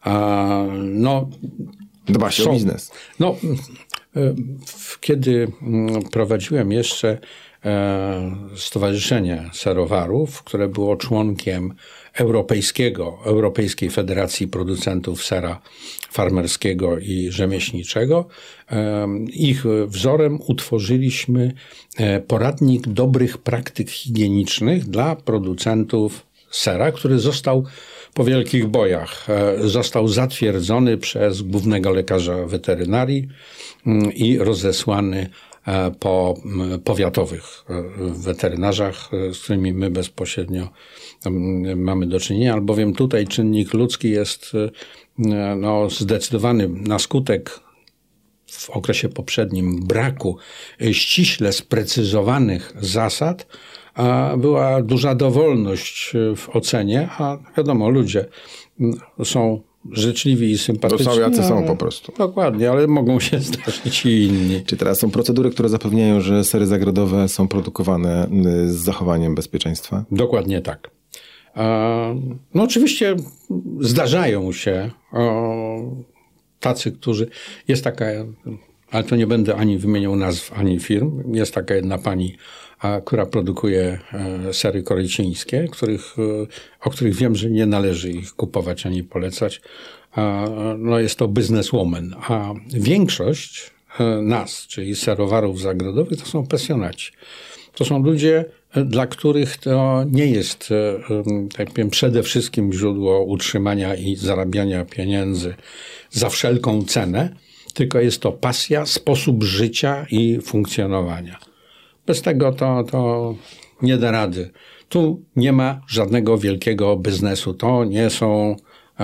Dba się o biznes. Kiedy prowadziłem jeszcze Stowarzyszenie Serowarów, które było członkiem Europejskiej Federacji Producentów Sera Farmerskiego i Rzemieślniczego, ich wzorem utworzyliśmy poradnik dobrych praktyk higienicznych dla producentów sera, który został po wielkich bojach zatwierdzony przez głównego lekarza weterynarii i rozesłany po powiatowych weterynarzach, z którymi my bezpośrednio mamy do czynienia, albowiem tutaj czynnik ludzki jest zdecydowany na skutek w okresie poprzednim braku ściśle sprecyzowanych zasad, była duża dowolność w ocenie, a wiadomo, ludzie są życzliwi i sympatyczni. To są jacy są po prostu. Dokładnie, ale mogą się zdarzyć i inni. Czy teraz są procedury, które zapewniają, że sery zagrodowe są produkowane z zachowaniem bezpieczeństwa? Dokładnie tak. Oczywiście zdarzają się tacy, którzy... Jest taka, ale to nie będę ani wymieniał nazw, ani firm. Jest taka jedna pani, która produkuje sery korycińskie, o których wiem, że nie należy ich kupować ani polecać. Jest to businesswoman. A większość nas, czyli serowarów zagrodowych, to są pasjonaci. To są ludzie, dla których to nie jest, tak powiem, przede wszystkim źródło utrzymania i zarabiania pieniędzy za wszelką cenę, tylko jest to pasja, sposób życia i funkcjonowania. Bez tego to nie da rady. Tu nie ma żadnego wielkiego biznesu. To nie są...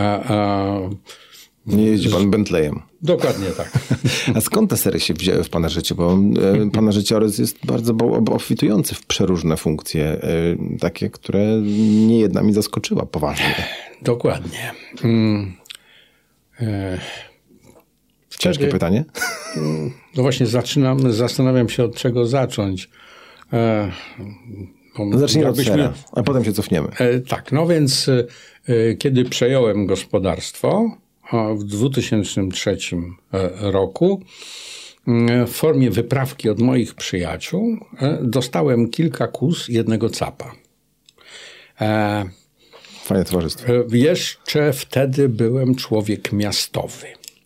Nie jeździ pan Bentleyem. Dokładnie tak. A skąd te sery się wzięły w pana życie? Bo pana życiorys jest bardzo obfitujący w przeróżne funkcje, takie, które niejedna mi zaskoczyła poważnie. Dokładnie. Ciężkie pytanie? No właśnie zastanawiam się, od czego zacząć. Zacznijmy od sera, a potem się cofniemy. Tak, no więc kiedy przejąłem gospodarstwo w 2003 roku, w formie wyprawki od moich przyjaciół dostałem kilka kóz, jednego capa. Fajne towarzystwo. Jeszcze wtedy byłem człowiek miastowy.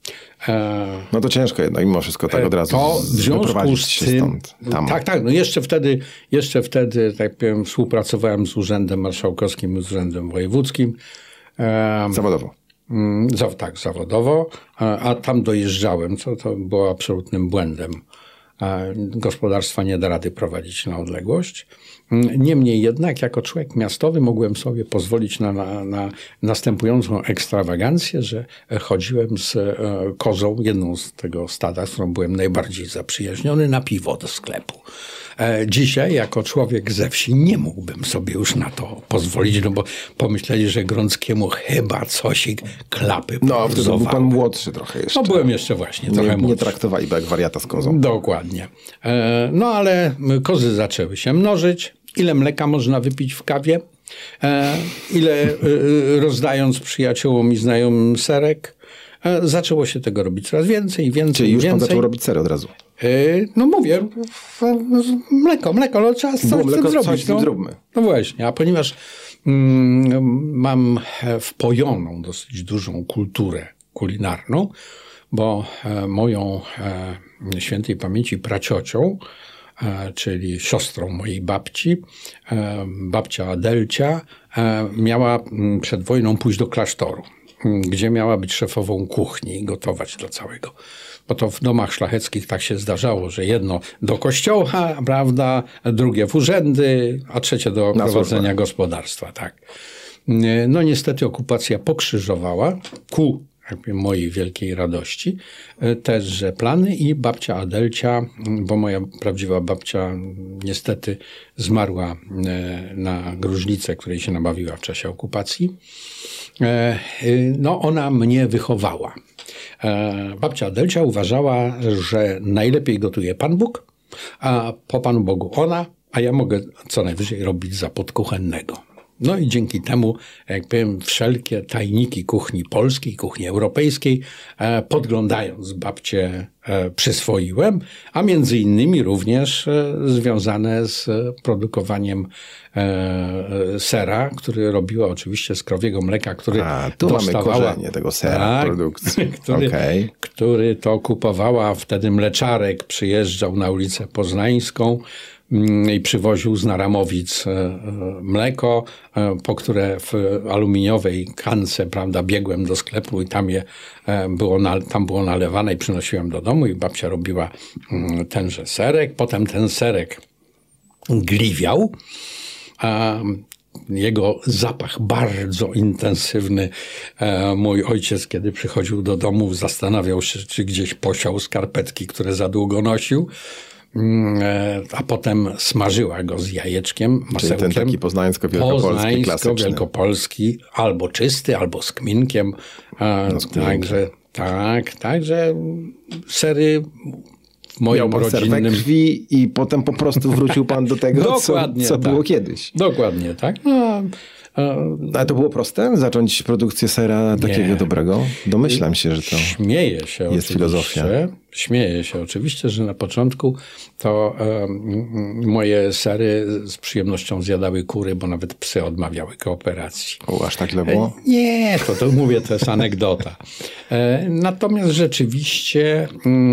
No to ciężko jednak, mimo wszystko tak od razu to w związku z się tym, stąd. Tam. Tak, no jeszcze wtedy, tak powiem, współpracowałem z Urzędem Marszałkowskim, z Urzędem Wojewódzkim. Zawodowo. Tak, zawodowo, a tam dojeżdżałem, co to było absolutnym błędem. Gospodarstwa nie da rady prowadzić na odległość. Niemniej jednak, jako człowiek miastowy mogłem sobie pozwolić na następującą ekstrawagancję, że chodziłem z kozą, jedną z tego stada, z którą byłem najbardziej zaprzyjaźniony, na piwo do sklepu. Dzisiaj, jako człowiek ze wsi, nie mógłbym sobie już na to pozwolić, no bo pomyśleli, że Grąckiemu chyba coś klapy No, wtedy był pan młodszy trochę jeszcze. No, byłem jeszcze właśnie trochę młodszy. Nie traktowali go jak wariata z kozą. Dokładnie. No, ale kozy zaczęły się mnożyć. Ile mleka można wypić w kawie? Ile rozdając przyjaciołom i znajomym serek? Zaczęło się tego robić coraz więcej i więcej. Czyli już więcej. pan zaczął robić sery od razu? No mówię, mleko, no trzeba coś z tym zrobić. Coś z tym zróbmy. No właśnie, a ponieważ mam wpojoną dosyć dużą kulturę kulinarną, bo moją świętej pamięci praciocią, czyli siostrą mojej babci, babcia Adelcia, miała przed wojną pójść do klasztoru, gdzie miała być szefową kuchni i gotować dla całego. Bo to w domach szlacheckich tak się zdarzało, że jedno do kościoła, prawda, drugie w urzędy, a trzecie do prowadzenia gospodarstwa. Tak. No niestety okupacja pokrzyżowała ku mojej wielkiej radości też plany i babcia Adelcia, bo moja prawdziwa babcia niestety zmarła na gruźlicę, której się nabawiła w czasie okupacji. No ona mnie wychowała. Babcia Adelcia uważała, że najlepiej gotuje Pan Bóg, a po Panu Bogu ona, a ja mogę co najwyżej robić za podkuchennego. No i dzięki temu, jak powiem, wszelkie tajniki kuchni polskiej, kuchni europejskiej, podglądając babcię, przyswoiłem, a między innymi również związane z produkowaniem sera, który robiła oczywiście z krowiego mleka, który tu dostawała, mamy korzenie tego sera produkcji. który to kupowała, wtedy mleczarek przyjeżdżał na ulicę Poznańską i przywoził z Naramowic mleko, po które w aluminiowej kance, prawda, biegłem do sklepu i tam było nalewane i przynosiłem do domu i babcia robiła tenże serek. Potem ten serek gliwiał, jego zapach bardzo intensywny. Mój ojciec, kiedy przychodził do domu, zastanawiał się, czy gdzieś posiał skarpetki, które za długo nosił. A potem smażyła go z jajeczkiem, masełkiem. Czyli ten taki poznańsko-wielkopolski klasyczny. Poznańsko-wielkopolski, albo czysty, albo z kminkiem. Także sery w moim rodzinnym... we krwi i potem po prostu wrócił pan do tego, co było kiedyś. Dokładnie, tak. Ale to było proste? Zacząć produkcję sera takiego dobrego? Domyślam się, że to jest filozofia. Śmieję się oczywiście, że na początku to moje sery z przyjemnością zjadały kury, bo nawet psy odmawiały kooperacji. Aż tak źle było? Nie, to mówię, to jest anegdota. Natomiast rzeczywiście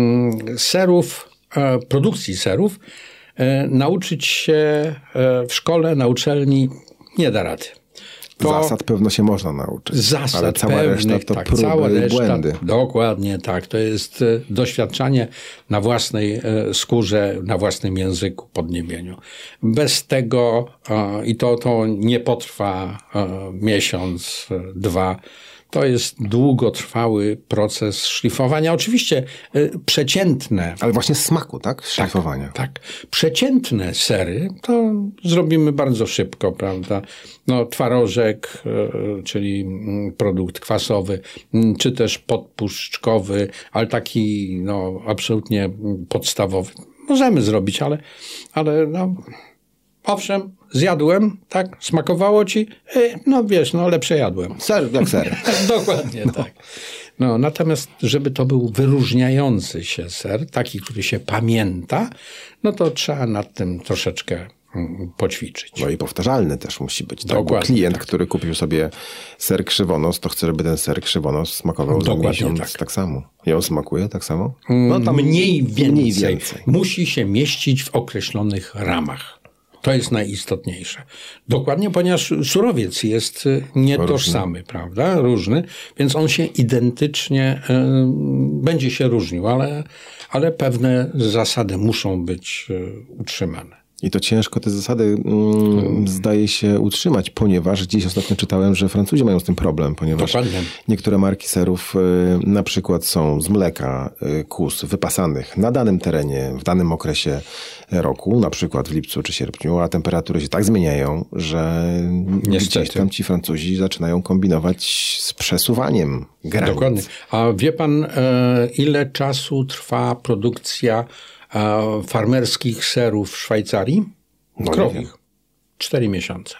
produkcji serów nauczyć się w szkole, na uczelni nie da rady. Zasad pewno się można nauczyć. Ale cała reszta to próby i błędy. Dokładnie tak. To jest doświadczanie na własnej skórze, na własnym języku, podniebieniu. Bez tego, i to nie potrwa miesiąc, dwa, to jest długotrwały proces szlifowania. Oczywiście przeciętne... Ale właśnie smaku, tak? Szlifowania. Tak. Przeciętne sery to zrobimy bardzo szybko, prawda? No, twarożek, czyli produkt kwasowy, czy też podpuszczkowy, ale taki absolutnie podstawowy. możemy zrobić, ale no, owszem, zjadłem, tak, smakowało ci, no wiesz, no lepsze jadłem. Ser jak ser. Dokładnie, tak. No, natomiast, żeby to był wyróżniający się ser, taki, który się pamięta, no to trzeba nad tym troszeczkę poćwiczyć. No i powtarzalny też musi być. Tak? Bo klient, który kupił sobie ser krzywonos, to chce, żeby ten ser krzywonos smakował za miesiąc tak samo. I on smakuje tak samo? No tam mniej więcej. Musi się mieścić w określonych ramach. To jest najistotniejsze. Dokładnie, ponieważ surowiec jest nietożsamy, różny. Prawda? Różny, więc on się identycznie będzie się różnił, ale pewne zasady muszą być utrzymane. I to ciężko te zasady zdaje się utrzymać, ponieważ gdzieś ostatnio czytałem, że Francuzi mają z tym problem, ponieważ niektóre marki serów na przykład są z mleka kóz wypasanych na danym terenie, w danym okresie roku, na przykład w lipcu czy sierpniu, a temperatury się tak zmieniają, że gdzieś tam ci Francuzi zaczynają kombinować z przesuwaniem granic. Dokładnie. A wie pan, ile czasu trwa produkcja farmerskich serów w Szwajcarii? Krowich. 4 miesiące.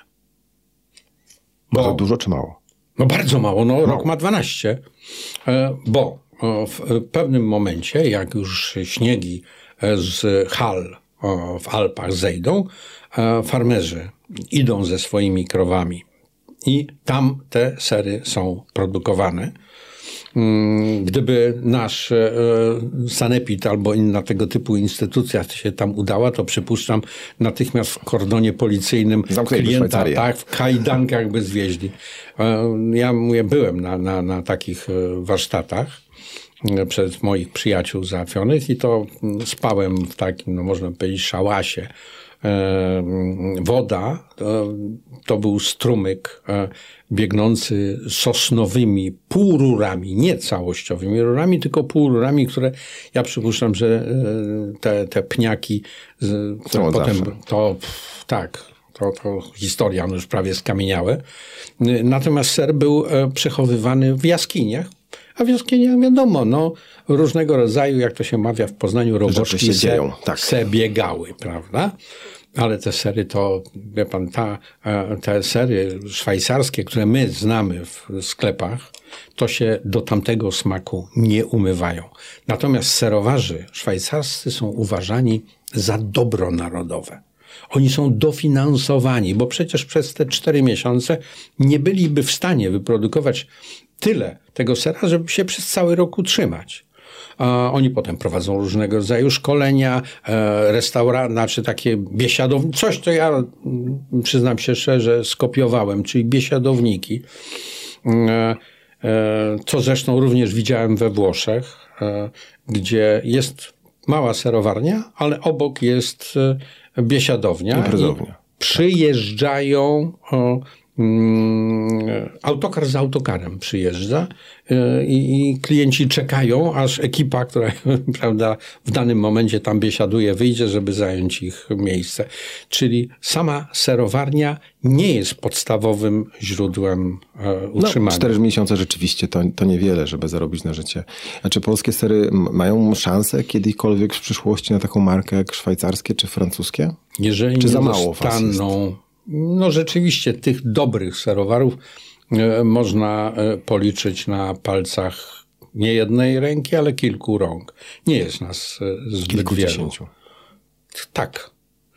Bardzo dużo czy mało? No bardzo mało. No, rok ma 12. Bo w pewnym momencie, jak już śniegi z hal w Alpach zejdą, farmerzy idą ze swoimi krowami i tam te sery są produkowane. Gdyby nasz sanepid albo inna tego typu instytucja się tam udała, to przypuszczam natychmiast w kordonie policyjnym klienta w kajdankach by zwieźli. Ja byłem na takich warsztatach przez moich przyjaciół załatwionych i to spałem w takim, no można powiedzieć, szałasie. Woda to był strumyk biegnący sosnowymi półrurami, nie całościowymi rurami, tylko półrurami, które ja przypuszczam, że te pniaki potem to historia, no już prawie skamieniałe. Natomiast ser był przechowywany w jaskiniach. A w jaskiniach wiadomo, no różnego rodzaju, jak to się mawia w Poznaniu, roboczki se biegały, prawda? Ale te sery to, wie pan, te sery szwajcarskie, które my znamy w sklepach, to się do tamtego smaku nie umywają. Natomiast serowarzy szwajcarscy są uważani za dobro narodowe. Oni są dofinansowani, bo przecież przez te 4 miesiące nie byliby w stanie wyprodukować tyle tego sera, żeby się przez cały rok utrzymać. Oni potem prowadzą różnego rodzaju szkolenia, znaczy takie biesiadowniki, coś co ja przyznam się szczerze skopiowałem, czyli biesiadowniki, co zresztą również widziałem we Włoszech, gdzie jest mała serowarnia, ale obok jest biesiadownia. Przyjeżdżają autokar za autokarem przyjeżdża i klienci czekają, aż ekipa, która prawda, w danym momencie tam biesiaduje, wyjdzie, żeby zająć ich miejsce. Czyli sama serowarnia nie jest podstawowym źródłem utrzymania. 4 miesiące rzeczywiście to niewiele, żeby zarobić na życie. A czy polskie sery mają szansę kiedykolwiek w przyszłości na taką markę jak szwajcarskie czy francuskie? Jeżeli czy za mało dostaną, no rzeczywiście tych dobrych serowarów można policzyć na palcach nie jednej ręki, ale kilku rąk. Nie jest nas zbyt wielu. Tak.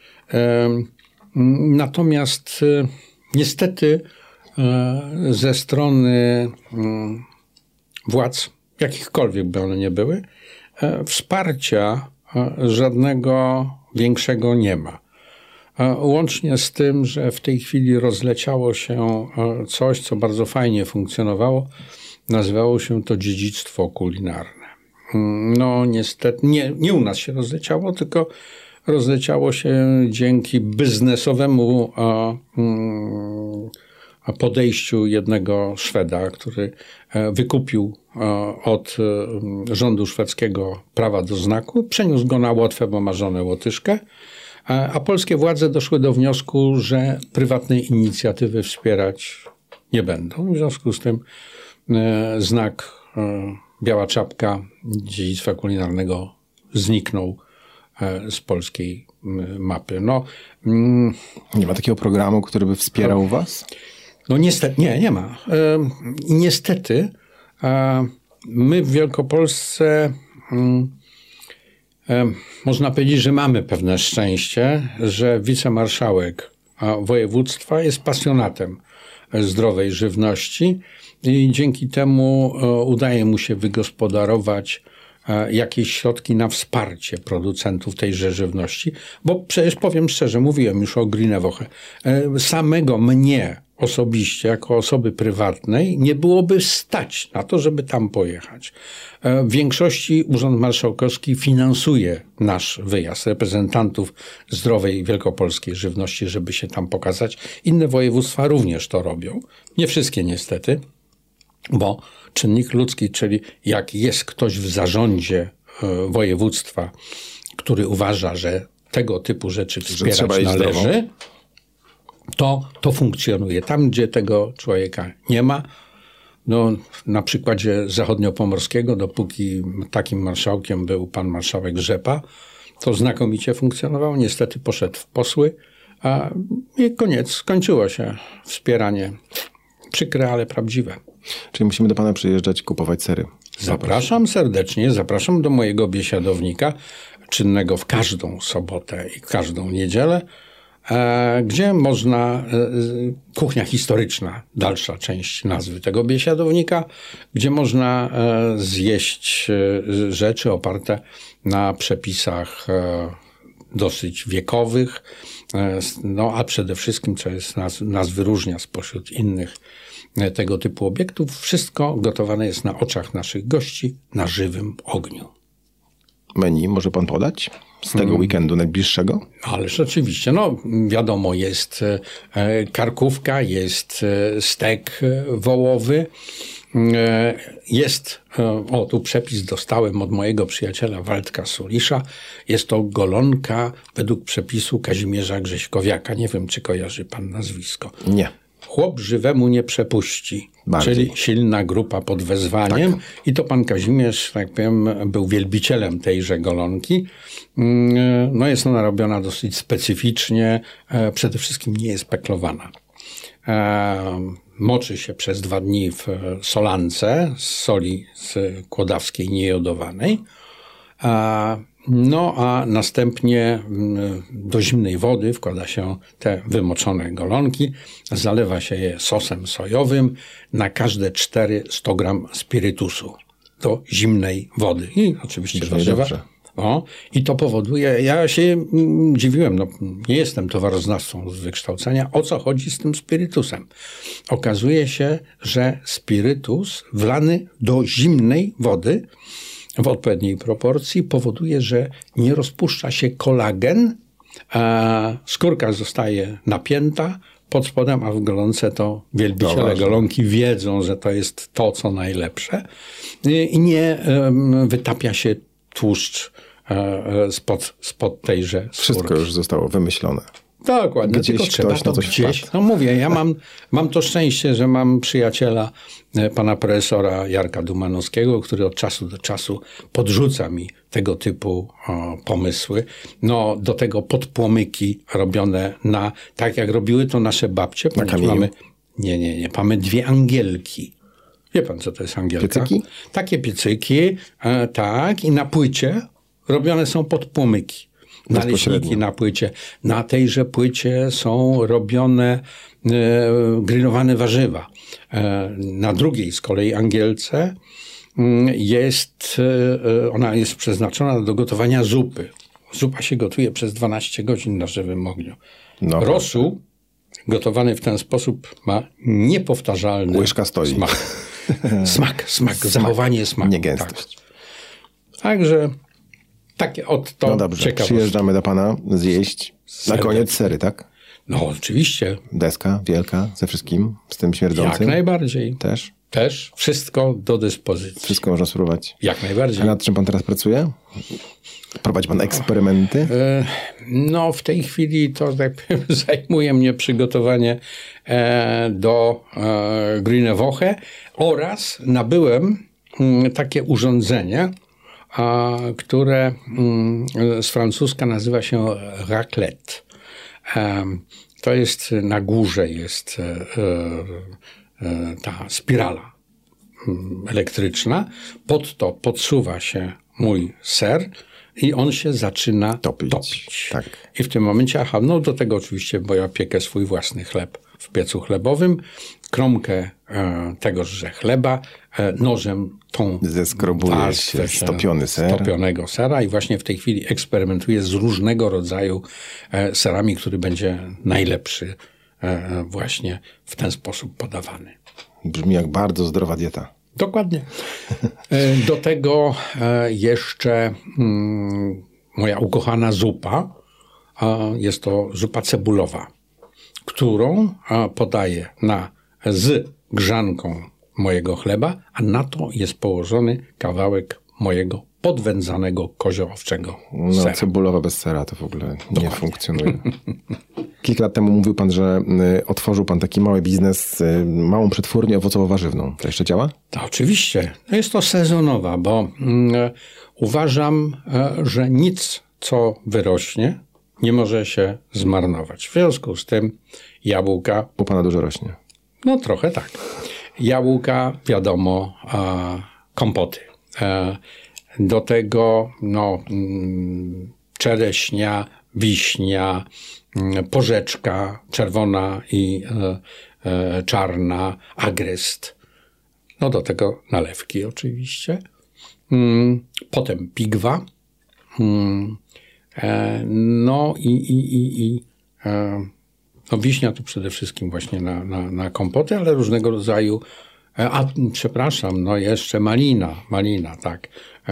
Natomiast niestety ze strony władz, jakichkolwiek by one nie były, wsparcia żadnego większego nie ma. Łącznie z tym, że w tej chwili rozleciało się coś, co bardzo fajnie funkcjonowało. Nazywało się to dziedzictwo kulinarne. No niestety, nie u nas się rozleciało, tylko rozleciało się dzięki biznesowemu podejściu jednego Szweda, który wykupił od rządu szwedzkiego prawa do znaku, przeniósł go na Łotwę, bo ma żonę Łotyszkę, a polskie władze doszły do wniosku, że prywatnej inicjatywy wspierać nie będą. W związku z tym znak biała czapka dziedzictwa kulinarnego zniknął z polskiej mapy. Nie ma takiego programu, który by wspierał was? No niestety, nie ma. Niestety my w Wielkopolsce można powiedzieć, że mamy pewne szczęście, że wicemarszałek województwa jest pasjonatem zdrowej żywności i dzięki temu udaje mu się wygospodarować jakieś środki na wsparcie producentów tejże żywności, bo przecież powiem szczerze, mówiłem już o Grüne-Woche, samego mnie osobiście, jako osoby prywatnej, nie byłoby stać na to, żeby tam pojechać. W większości Urząd Marszałkowski finansuje nasz wyjazd reprezentantów zdrowej wielkopolskiej żywności, żeby się tam pokazać. Inne województwa również to robią. Nie wszystkie niestety, bo czynnik ludzki, czyli jak jest ktoś w zarządzie województwa, który uważa, że tego typu rzeczy wspierać należy, to funkcjonuje. Tam, gdzie tego człowieka nie ma, na przykładzie zachodniopomorskiego, dopóki takim marszałkiem był pan marszałek Rzepa, to znakomicie funkcjonował. Niestety poszedł w posły, i koniec. Skończyło się wspieranie. Przykre, ale prawdziwe. Czyli musimy do pana przyjeżdżać, kupować sery. Zapraszam serdecznie, zapraszam do mojego biesiadownika, czynnego w każdą sobotę i każdą niedzielę, gdzie można, kuchnia historyczna, dalsza część nazwy tego biesiadownika, gdzie można zjeść rzeczy oparte na przepisach dosyć wiekowych, a przede wszystkim, co nas wyróżnia spośród innych tego typu obiektów, wszystko gotowane jest na oczach naszych gości na żywym ogniu. Menu może pan podać z tego weekendu najbliższego? Ależ oczywiście. Wiadomo, jest karkówka, jest stek wołowy, jest, tu przepis dostałem od mojego przyjaciela Waldka Sulisza, jest to golonka według przepisu Kazimierza Grześkowiaka. Nie wiem, czy kojarzy pan nazwisko. Nie. Chłop żywemu nie przepuści, czyli silna grupa pod wezwaniem. Tak. I to pan Kazimierz, tak powiem, był wielbicielem tejże golonki. Jest ona robiona dosyć specyficznie, przede wszystkim nie jest peklowana. Moczy się przez 2 dni w solance z soli z kłodawskiej niejodowanej. A następnie do zimnej wody wkłada się te wymoczone golonki, zalewa się je sosem sojowym, na każde 4 100 gram spirytusu do zimnej wody. I oczywiście warzywa. I to powoduje, ja się dziwiłem, nie jestem towaroznawcą z wykształcenia, o co chodzi z tym spirytusem. Okazuje się, że spirytus wlany do zimnej wody w odpowiedniej proporcji powoduje, że nie rozpuszcza się kolagen, a skórka zostaje napięta pod spodem, a w golonce to wielbiciele golonki wiedzą, że to jest to, co najlepsze i nie wytapia się tłuszcz spod tejże skórki. Wszystko już zostało wymyślone. Dokładnie, tylko trzeba to gdzieś. Mówię, ja mam to szczęście, że mam przyjaciela, pana profesora Jarka Dumanowskiego, który od czasu do czasu podrzuca mi tego typu pomysły. Do tego podpłomyki robione tak jak robiły to nasze babcie. Na kamieniu? Mamy 2 angielki. Wie pan, co to jest angielka? Piecyki? Takie piecyki, tak, i na płycie robione są podpłomyki. Naleśniki na płycie. Na tejże płycie są robione grillowane warzywa. Na drugiej z kolei angielce ona jest przeznaczona do gotowania zupy. Zupa się gotuje przez 12 godzin na żywym ogniu. Rosół gotowany w ten sposób ma niepowtarzalny łyżka stoi. Smak, zachowanie smaku. Nie gęstość. Tak. Także takie to dobrze, ciekawość. Przyjeżdżamy do pana zjeść. Na koniec sery, tak? Oczywiście. Deska wielka ze wszystkim, z tym śmierdzącym? Jak najbardziej. Też? Wszystko do dyspozycji. Wszystko można spróbować? Jak najbardziej. A nad czym pan teraz pracuje? Prowadzi pan eksperymenty? W tej chwili to tak powiem, zajmuje mnie przygotowanie do Grüne-Woche oraz nabyłem takie urządzenie, które z francuska nazywa się raclette. To jest na górze jest ta spirala elektryczna. Pod to podsuwa się mój ser i on się zaczyna topić. Tak. I w tym momencie, do tego oczywiście, bo ja piekę swój własny chleb w piecu chlebowym, kromkę tegożże chleba nożem tą zeskrobuje się stopionego sera i właśnie w tej chwili eksperymentuję z różnego rodzaju serami, który będzie najlepszy właśnie w ten sposób podawany. Brzmi jak bardzo zdrowa dieta. Dokładnie. Do tego jeszcze moja ukochana zupa. Jest to zupa cebulowa, którą podaję z grzanką mojego chleba, a na to jest położony kawałek mojego podwędzanego koziołowczego sera. Cebulowa bez sera to w ogóle nie funkcjonuje. Kilka lat temu mówił pan, że otworzył pan taki mały biznes, małą przetwórnię owocowo-warzywną. To jeszcze działa? To oczywiście. Jest to sezonowa, bo uważam, że nic, co wyrośnie, nie może się zmarnować. W związku z tym jabłka... U pana dużo rośnie. No trochę tak. Jabłka, wiadomo, kompoty. Do tego czereśnia, wiśnia, porzeczka czerwona i czarna, agrest. Do tego nalewki oczywiście. Potem pigwa. Wiśnia to przede wszystkim właśnie na kompoty, ale różnego rodzaju, jeszcze malina, tak,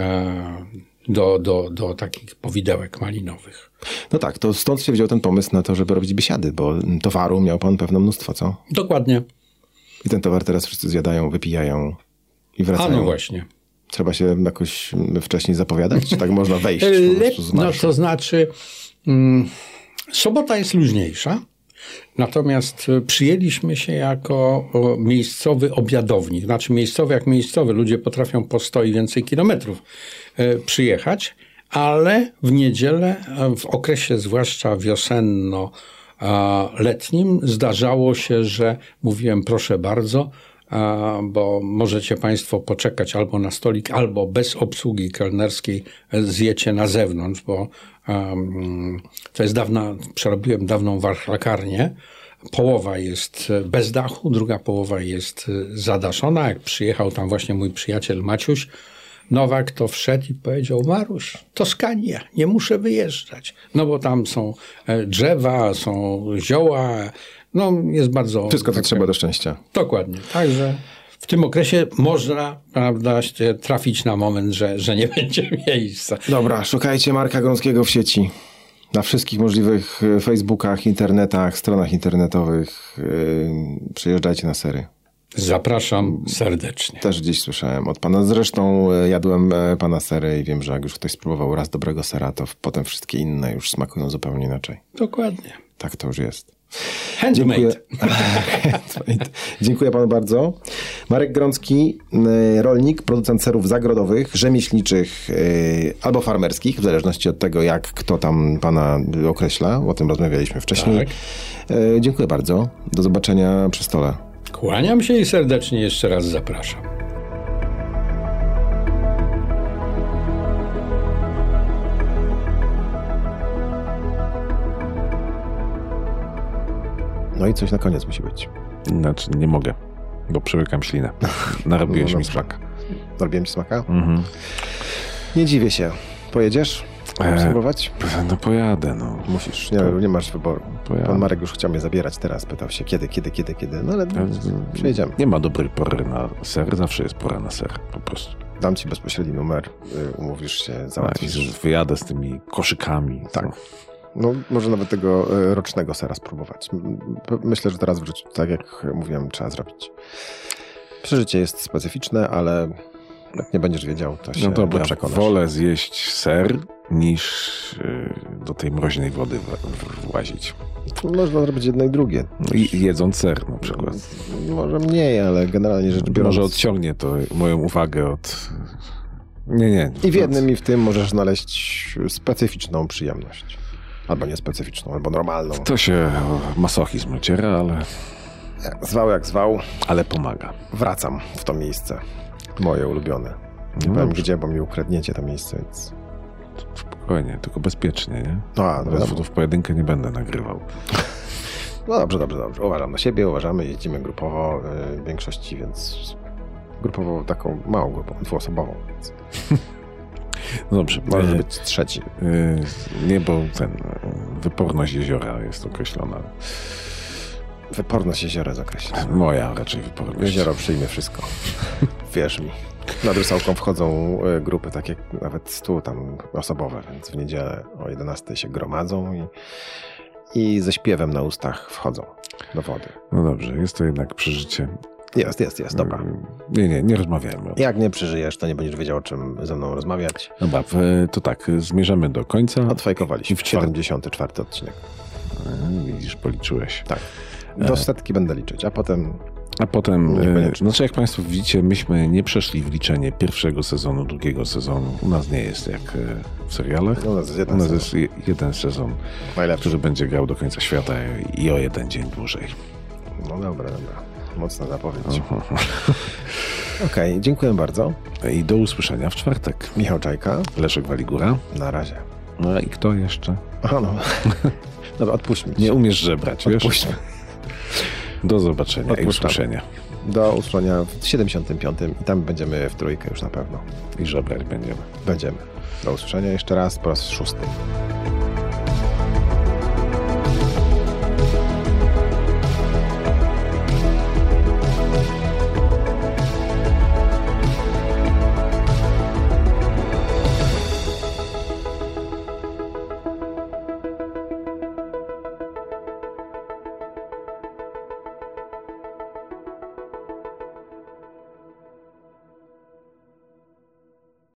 do takich powidełek malinowych. No tak, to stąd się wziął ten pomysł na to, żeby robić biesiady, bo towaru miał pan pewne mnóstwo, co? Dokładnie. I ten towar teraz wszyscy zjadają, wypijają i wracają. No właśnie. Trzeba się jakoś wcześniej zapowiadać, czy tak można wejść po prostu z marszu? To znaczy, sobota jest luźniejsza, natomiast przyjęliśmy się jako miejscowy obiadownik. Znaczy miejscowy jak miejscowy, ludzie potrafią po 100 i więcej kilometrów przyjechać, ale w niedzielę, w okresie zwłaszcza wiosenno-letnim zdarzało się, że mówiłem proszę bardzo, bo możecie państwo poczekać albo na stolik, albo bez obsługi kelnerskiej zjecie na zewnątrz, bo to jest przerobiłem dawną warchlakarnię. Połowa jest bez dachu, druga połowa jest zadaszona. Jak przyjechał tam właśnie mój przyjaciel Maciuś Nowak, to wszedł i powiedział: Maruś, Toskania, nie muszę wyjeżdżać. Bo tam są drzewa, są zioła, jest bardzo... Wszystko, co trzeba do szczęścia. Dokładnie. Także w tym okresie można, prawda, trafić na moment, że nie będzie miejsca. Dobra, szukajcie Marka Gąskiego w sieci. Na wszystkich możliwych Facebookach, internetach, stronach internetowych. Przyjeżdżajcie na sery. Zapraszam serdecznie. Też gdzieś słyszałem od pana. Zresztą jadłem pana sery i wiem, że jak już ktoś spróbował raz dobrego sera, to potem wszystkie inne już smakują zupełnie inaczej. Dokładnie. Tak to już jest. Handmade. Dziękuję panu bardzo. Marek Grącki, rolnik, producent serów zagrodowych, rzemieślniczych albo farmerskich, w zależności od tego, jak kto tam pana określa. O tym rozmawialiśmy wcześniej. Tak. Dziękuję bardzo. Do zobaczenia przy stole. Kłaniam się i serdecznie jeszcze raz zapraszam. No i coś na koniec musi być. Znaczy nie mogę, bo przełykam ślinę. Narobiłeś mi smaka. Narobiłem ci smaka? Mhm. Nie dziwię się. Pojedziesz? Obserwować? Pojadę. Musisz, nie masz wyboru. Pojadę. Pan Marek już chciał mnie zabierać teraz. Pytał się kiedy. Ale przyjedziemy. Nie ma dobrej pory na ser. Zawsze jest pora na ser. Po prostu. Dam ci bezpośredni numer. Umówisz się, załatwisz. Wyjadę z tymi koszykami. Tak. Może nawet tego rocznego sera spróbować. Myślę, że teraz w życiu, tak jak mówiłem, trzeba zrobić. Przeżycie jest specyficzne, ale jak nie będziesz wiedział, to się przekonasz. Wolę zjeść ser, niż do tej mroźnej wody włazić. Można zrobić jedno i drugie. Jedząc ser na przykład. Może mniej, ale generalnie rzecz biorąc... Może odciągnie to moją uwagę od Nie. I w jednym i w tym możesz znaleźć specyficzną przyjemność. Albo niespecyficzną, albo normalną. To się masochizm ociera, ale... Zwał jak zwał. Ale pomaga. Wracam w to miejsce. Moje ulubione. Nie powiem gdzie, bo mi ukradniecie to miejsce, więc... Spokojnie, tylko bezpiecznie, nie? No w pojedynkę nie będę nagrywał. No dobrze. Uważam na siebie, jeździmy grupowo w większości, więc grupowo taką małą grupą, dwuosobową. Więc... No dobrze. Może być trzeci. Nie, bo wyporność jeziora jest określona. Wyporność jeziora jest określona. Moja raczej wyporność. Jezioro przyjmie wszystko. Wierz mi. Nad Rusałką wchodzą grupy takie nawet 100 tam osobowe, więc w niedzielę o 11 się gromadzą i ze śpiewem na ustach wchodzą do wody. No dobrze, jest to jednak przeżycie. Jest, dobra. Nie rozmawiajmy. Jak nie przeżyjesz, to nie będziesz wiedział, o czym ze mną rozmawiać. Dobra, to tak, zmierzamy do końca. Odfajkowaliśmy. 74 odcinek. Widzisz, policzyłeś. Tak. Do setki będę liczyć, a potem... Znaczy jak Państwo widzicie, myśmy nie przeszli w liczenie pierwszego sezonu, drugiego sezonu. U nas nie jest jak w serialach. U nas jest jeden sezon, najlepszy, który będzie grał do końca świata i o jeden dzień dłużej. No dobra. Mocna zapowiedź. Okej, dziękuję bardzo. I do usłyszenia w czwartek. Michał Czajka. Leszek Waligura. Na razie. No i kto jeszcze? Aha, no. Dobra, odpuśćmy. Nie umiesz żebrać, wiesz? Odpuśćmy. Do zobaczenia i usłyszenia. Do usłyszenia w 75. i tam będziemy w trójkę już na pewno. I żebrać będziemy. Do usłyszenia jeszcze raz po raz 6.